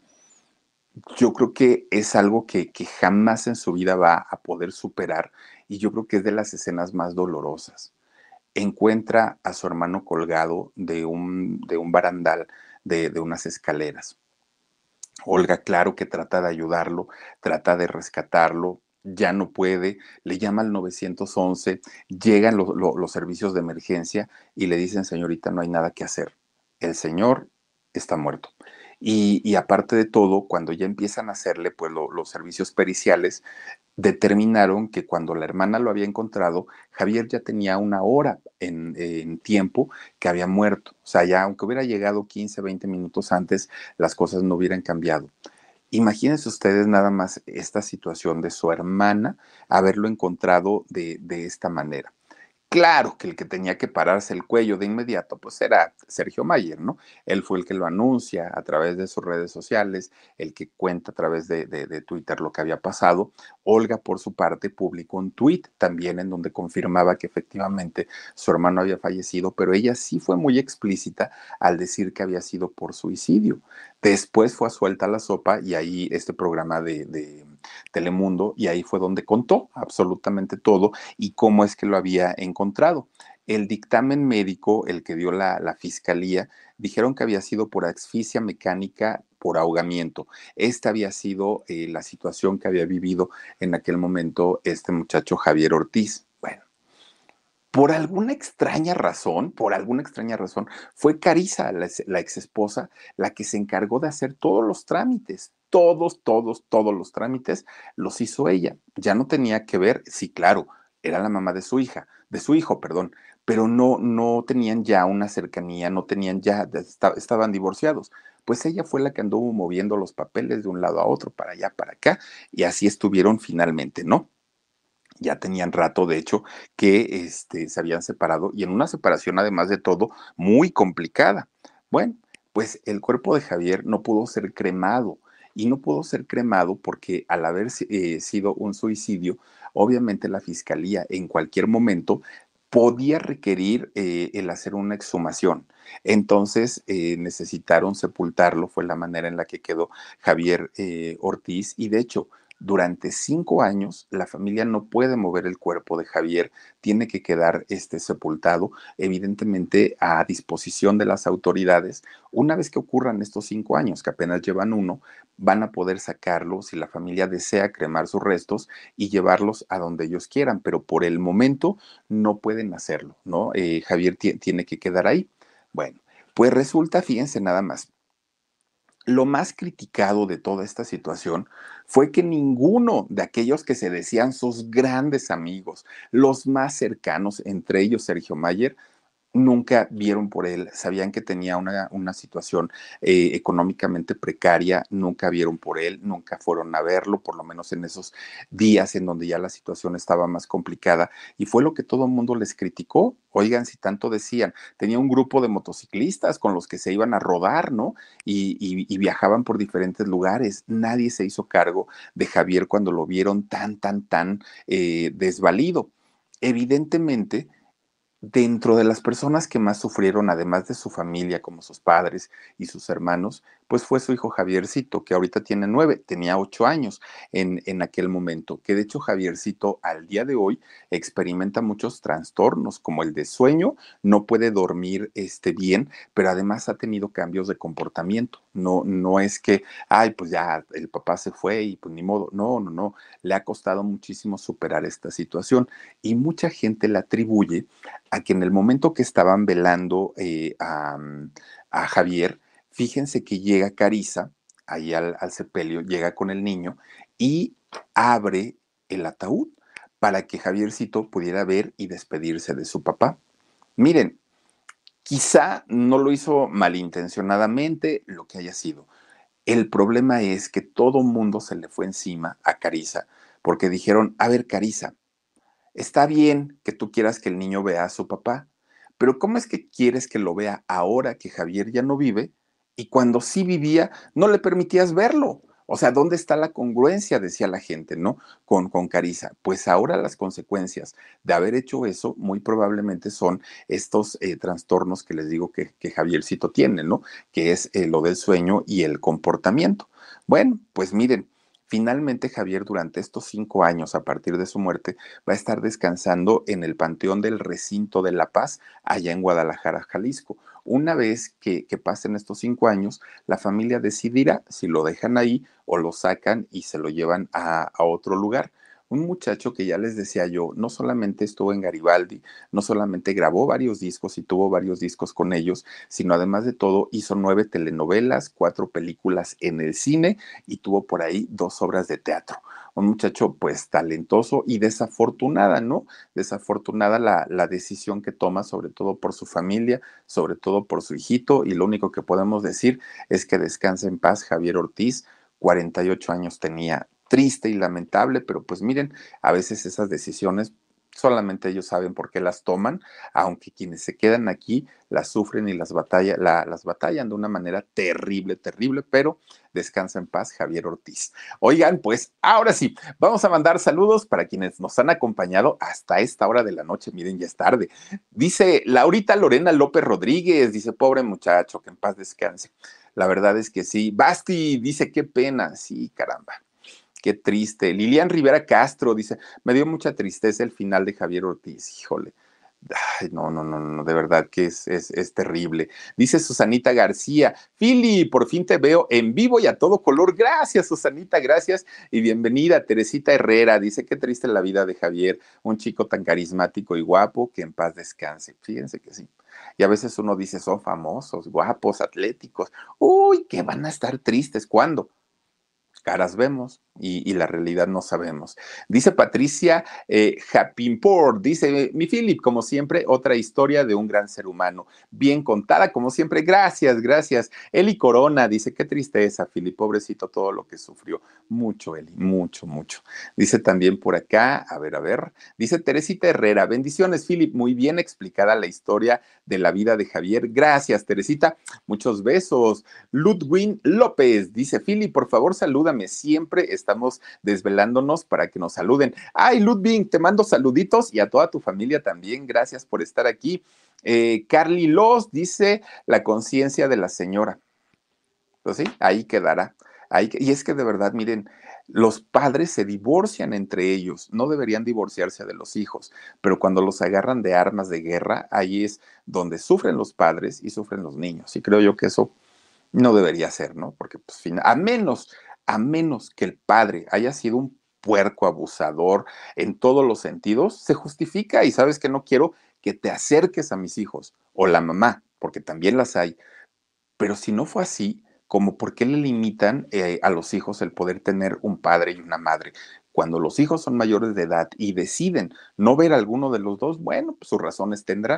yo creo que es algo que, que jamás en su vida va a poder superar y yo creo que es de las escenas más dolorosas. Encuentra a su hermano colgado de un, de un barandal de, de unas escaleras. Olga, claro que trata de ayudarlo, trata de rescatarlo, ya no puede, le llama al nueve once, llegan lo, lo, los servicios de emergencia y le dicen, señorita, no hay nada que hacer. El señor está muerto. Y, y aparte de todo, cuando ya empiezan a hacerle pues, lo, los servicios periciales, determinaron que cuando la hermana lo había encontrado, Javier ya tenía una hora en, en, tiempo que había muerto. O sea, ya aunque hubiera llegado quince, veinte minutos antes, las cosas no hubieran cambiado. Imagínense ustedes nada más esta situación de su hermana haberlo encontrado de, de esta manera. Claro que el que tenía que pararse el cuello de inmediato, pues era Sergio Mayer, ¿no? Él fue el que lo anuncia a través de sus redes sociales, el que cuenta a través de, de, de Twitter lo que había pasado. Olga, por su parte, publicó un tuit también en donde confirmaba que efectivamente su hermano había fallecido, pero ella sí fue muy explícita al decir que había sido por suicidio. Después fue a Suelta la Sopa y ahí este programa de, de Telemundo, y ahí fue donde contó absolutamente todo y cómo es que lo había encontrado. El dictamen médico, el que dio la, la fiscalía, dijeron que había sido por asfixia mecánica por ahogamiento. Esta había sido eh, la situación que había vivido en aquel momento este muchacho Javier Ortiz. Bueno, por alguna extraña razón, por alguna extraña razón, fue Carissa, la, la ex esposa, la que se encargó de hacer todos los trámites. Todos, todos, todos los trámites los hizo ella. Ya no tenía que ver, sí, claro, era la mamá de su hija, de su hijo, perdón, pero no, no tenían ya una cercanía, no tenían ya, estaban divorciados. Pues ella fue la que anduvo moviendo los papeles de un lado a otro, para allá, para acá, y así estuvieron finalmente, ¿no? Ya tenían rato, de hecho, que este, se habían separado y en una separación, además de todo, muy complicada. Bueno, pues el cuerpo de Javier no pudo ser cremado y no pudo ser cremado porque al haber eh, sido un suicidio, obviamente la fiscalía en cualquier momento podía requerir eh, el hacer una exhumación. Entonces eh, necesitaron sepultarlo, fue la manera en la que quedó Javier eh, Ortiz y de hecho durante cinco años, la familia no puede mover el cuerpo de Javier, tiene que quedar este, sepultado, evidentemente a disposición de las autoridades. Una vez que ocurran estos cinco años, que apenas llevan uno, van a poder sacarlo si la familia desea cremar sus restos y llevarlos a donde ellos quieran, pero por el momento no pueden hacerlo, ¿no? Eh, Javier tiene que quedar ahí. Bueno, pues resulta, fíjense nada más. Lo más criticado de toda esta situación fue que ninguno de aquellos que se decían sus grandes amigos, los más cercanos, entre ellos Sergio Mayer, nunca vieron por él, sabían que tenía una, una situación eh, económicamente precaria, nunca vieron por él, nunca fueron a verlo, por lo menos en esos días en donde ya la situación estaba más complicada, y fue lo que todo el mundo les criticó. Oigan, si tanto decían, tenía un grupo de motociclistas con los que se iban a rodar, ¿no? Y, y, y viajaban por diferentes lugares. Nadie se hizo cargo de Javier cuando lo vieron tan, tan, tan eh, desvalido. Evidentemente, dentro de las personas que más sufrieron, además de su familia, como sus padres y sus hermanos, pues fue su hijo Javiercito, que ahorita tiene nueve, tenía ocho años en, en aquel momento, que de hecho Javiercito al día de hoy experimenta muchos trastornos, como el de sueño, no puede dormir este, bien, pero además ha tenido cambios de comportamiento. No, no es que, ay, pues ya el papá se fue y pues ni modo. No, no, no. Le ha costado muchísimo superar esta situación y mucha gente la atribuye a que en el momento que estaban velando eh, a, a, Javier, fíjense que llega Carissa ahí al, al sepelio, llega con el niño y abre el ataúd para que Javiercito pudiera ver y despedirse de su papá. Miren, quizá no lo hizo malintencionadamente, lo que haya sido. El problema es que todo mundo se le fue encima a Carissa porque dijeron, a ver, Carissa, está bien que tú quieras que el niño vea a su papá, pero ¿cómo es que quieres que lo vea ahora que Javier ya no vive y cuando sí vivía no le permitías verlo? O sea, ¿dónde está la congruencia? Decía la gente, ¿no? Con, con Carissa. Pues ahora las consecuencias de haber hecho eso muy probablemente son estos eh, trastornos que les digo que, que Javiercito tiene, ¿no? Que es eh, lo del sueño y el comportamiento. Bueno, pues miren, finalmente Javier durante estos cinco años a partir de su muerte va a estar descansando en el Panteón del Recinto de La Paz, allá en Guadalajara, Jalisco. Una vez que, que pasen estos cinco años, la familia decidirá si lo dejan ahí o lo sacan y se lo llevan a, a otro lugar. Un muchacho que ya les decía yo, no solamente estuvo en Garibaldi, no solamente grabó varios discos y tuvo varios discos con ellos, sino además de todo hizo nueve telenovelas, cuatro películas en el cine y tuvo por ahí dos obras de teatro. Un muchacho pues talentoso y desafortunada, ¿no? Desafortunada la, la decisión que toma, sobre todo por su familia, sobre todo por su hijito, y lo único que podemos decir es que descansa en paz Javier Ortiz, cuarenta y ocho años tenía, triste y lamentable, pero pues miren, a veces esas decisiones solamente ellos saben por qué las toman, aunque quienes se quedan aquí las sufren y las, batalla, la, las batallan de una manera terrible, terrible, pero descansa en paz Javier Ortiz. Oigan, pues ahora sí, vamos a mandar saludos para quienes nos han acompañado hasta esta hora de la noche. Miren, ya es tarde. Dice Laurita Lorena López Rodríguez, dice, pobre muchacho, que en paz descanse. La verdad es que sí. Basti dice, qué pena. Sí, caramba. Qué triste. Lilian Rivera Castro dice, me dio mucha tristeza el final de Javier Ortiz. Híjole. Ay, no, no, no, no, de verdad que es, es, es terrible. Dice Susanita García, Fili, por fin te veo en vivo y a todo color. Gracias, Susanita, gracias y bienvenida. Teresita Herrera dice, qué triste la vida de Javier, un chico tan carismático y guapo, que en paz descanse. Fíjense que sí. Y a veces uno dice, son famosos, guapos, atléticos. Uy, que van a estar tristes. ¿Cuándo? Caras vemos y, y la realidad no sabemos. Dice Patricia eh, Happimport, dice, mi Philip, como siempre, otra historia de un gran ser humano, bien contada, como siempre, gracias, gracias. Eli Corona dice, qué tristeza, Philip, pobrecito, todo lo que sufrió. Mucho, Eli, mucho, mucho. Dice también por acá, a ver, a ver, dice Teresita Herrera, bendiciones, Philip, muy bien explicada la historia de la vida de Javier. Gracias, Teresita, muchos besos. Ludwin López dice, Philip, por favor, salúdame, siempre estamos desvelándonos para que nos saluden. Ay, Ludwig, te mando saluditos y a toda tu familia también, gracias por estar aquí. Eh, Carly Loss dice, la conciencia de la señora. Pues sí, ahí quedará. Ahí, y es que de verdad, miren, los padres se divorcian entre ellos, no deberían divorciarse de los hijos, pero cuando los agarran de armas de guerra, ahí es donde sufren los padres y sufren los niños. Y creo yo que eso no debería ser, ¿no? Porque pues, a menos, a menos que el padre haya sido un puerco abusador en todos los sentidos, se justifica y sabes que no quiero que te acerques a mis hijos o la mamá, porque también las hay. Pero si no fue así, como por qué le limitan eh, a los hijos el poder tener un padre y una madre. Cuando los hijos son mayores de edad y deciden no ver a alguno de los dos, bueno, pues sus razones tendrán,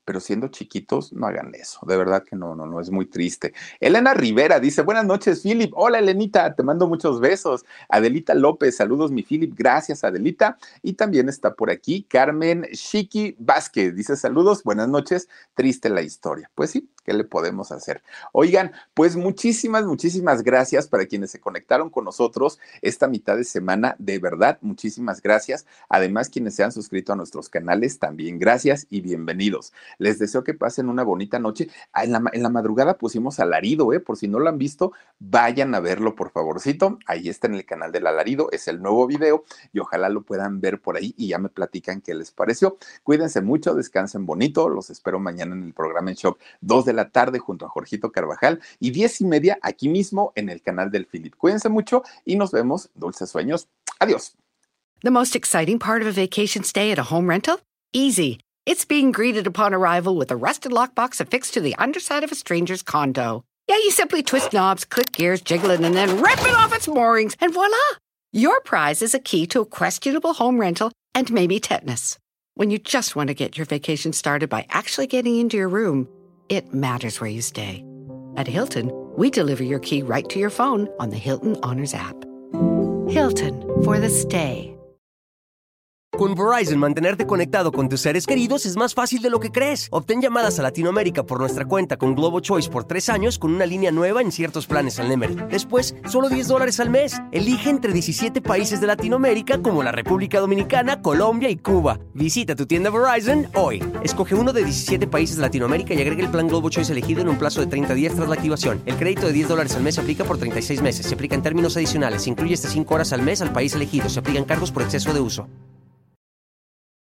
pero siendo chiquitos, no hagan eso. De verdad que no, no, no, es muy triste. Elena Rivera dice, buenas noches, Philip. Hola, Elenita, te mando muchos besos. Adelita López, saludos, mi Philip. Gracias, Adelita. Y también está por aquí Carmen Chiqui Vázquez. Dice, saludos, buenas noches. Triste la historia. Pues sí, ¿qué le podemos hacer? Oigan, pues muchísimas, muchísimas gracias para quienes se conectaron con nosotros esta mitad de semana. De verdad, muchísimas gracias. Además, quienes se han suscrito a nuestros canales, también gracias y bienvenidos. Les deseo que pasen una bonita noche. Ah, en, la, en la madrugada pusimos Alarido, ¿eh? Por si no lo han visto, vayan a verlo, por favorcito. Ahí está en el canal del Alarido, es el nuevo video y ojalá lo puedan ver por ahí y ya me platican qué les pareció. Cuídense mucho, descansen bonito. Los espero mañana en el programa en Shock, dos de la tarde junto a Jorgito Carvajal y diez y media aquí mismo en el canal del Philip. Cuídense mucho y nos vemos. Dulces sueños. Adiós. The most exciting part of a vacation stay at a home rental? Easy. It's being greeted upon arrival with a rusted lockbox affixed to the underside of a stranger's condo. Yeah, you simply twist knobs, click gears, jiggle it, and then rip it off its moorings, and voila! Your prize is a key to a questionable home rental and maybe tetanus. When you just want to get your vacation started by actually getting into your room, it matters where you stay. At Hilton, we deliver your key right to your phone on the Hilton Honors app. Hilton, for the stay. Con Verizon, mantenerte conectado con tus seres queridos es más fácil de lo que crees. Obtén llamadas a Latinoamérica por nuestra cuenta con Globo Choice por tres años con una línea nueva en ciertos planes al Nemery. Después, solo diez dólares al mes. Elige entre diecisiete países de Latinoamérica como la República Dominicana, Colombia y Cuba. Visita tu tienda Verizon hoy. Escoge uno de diecisiete países de Latinoamérica y agrega el plan Globo Choice elegido en un plazo de treinta días tras la activación. El crédito de diez dólares al mes se aplica por treinta y seis meses. Se aplica en términos adicionales. Se incluye hasta cinco horas al mes al país elegido. Se aplican cargos por exceso de uso.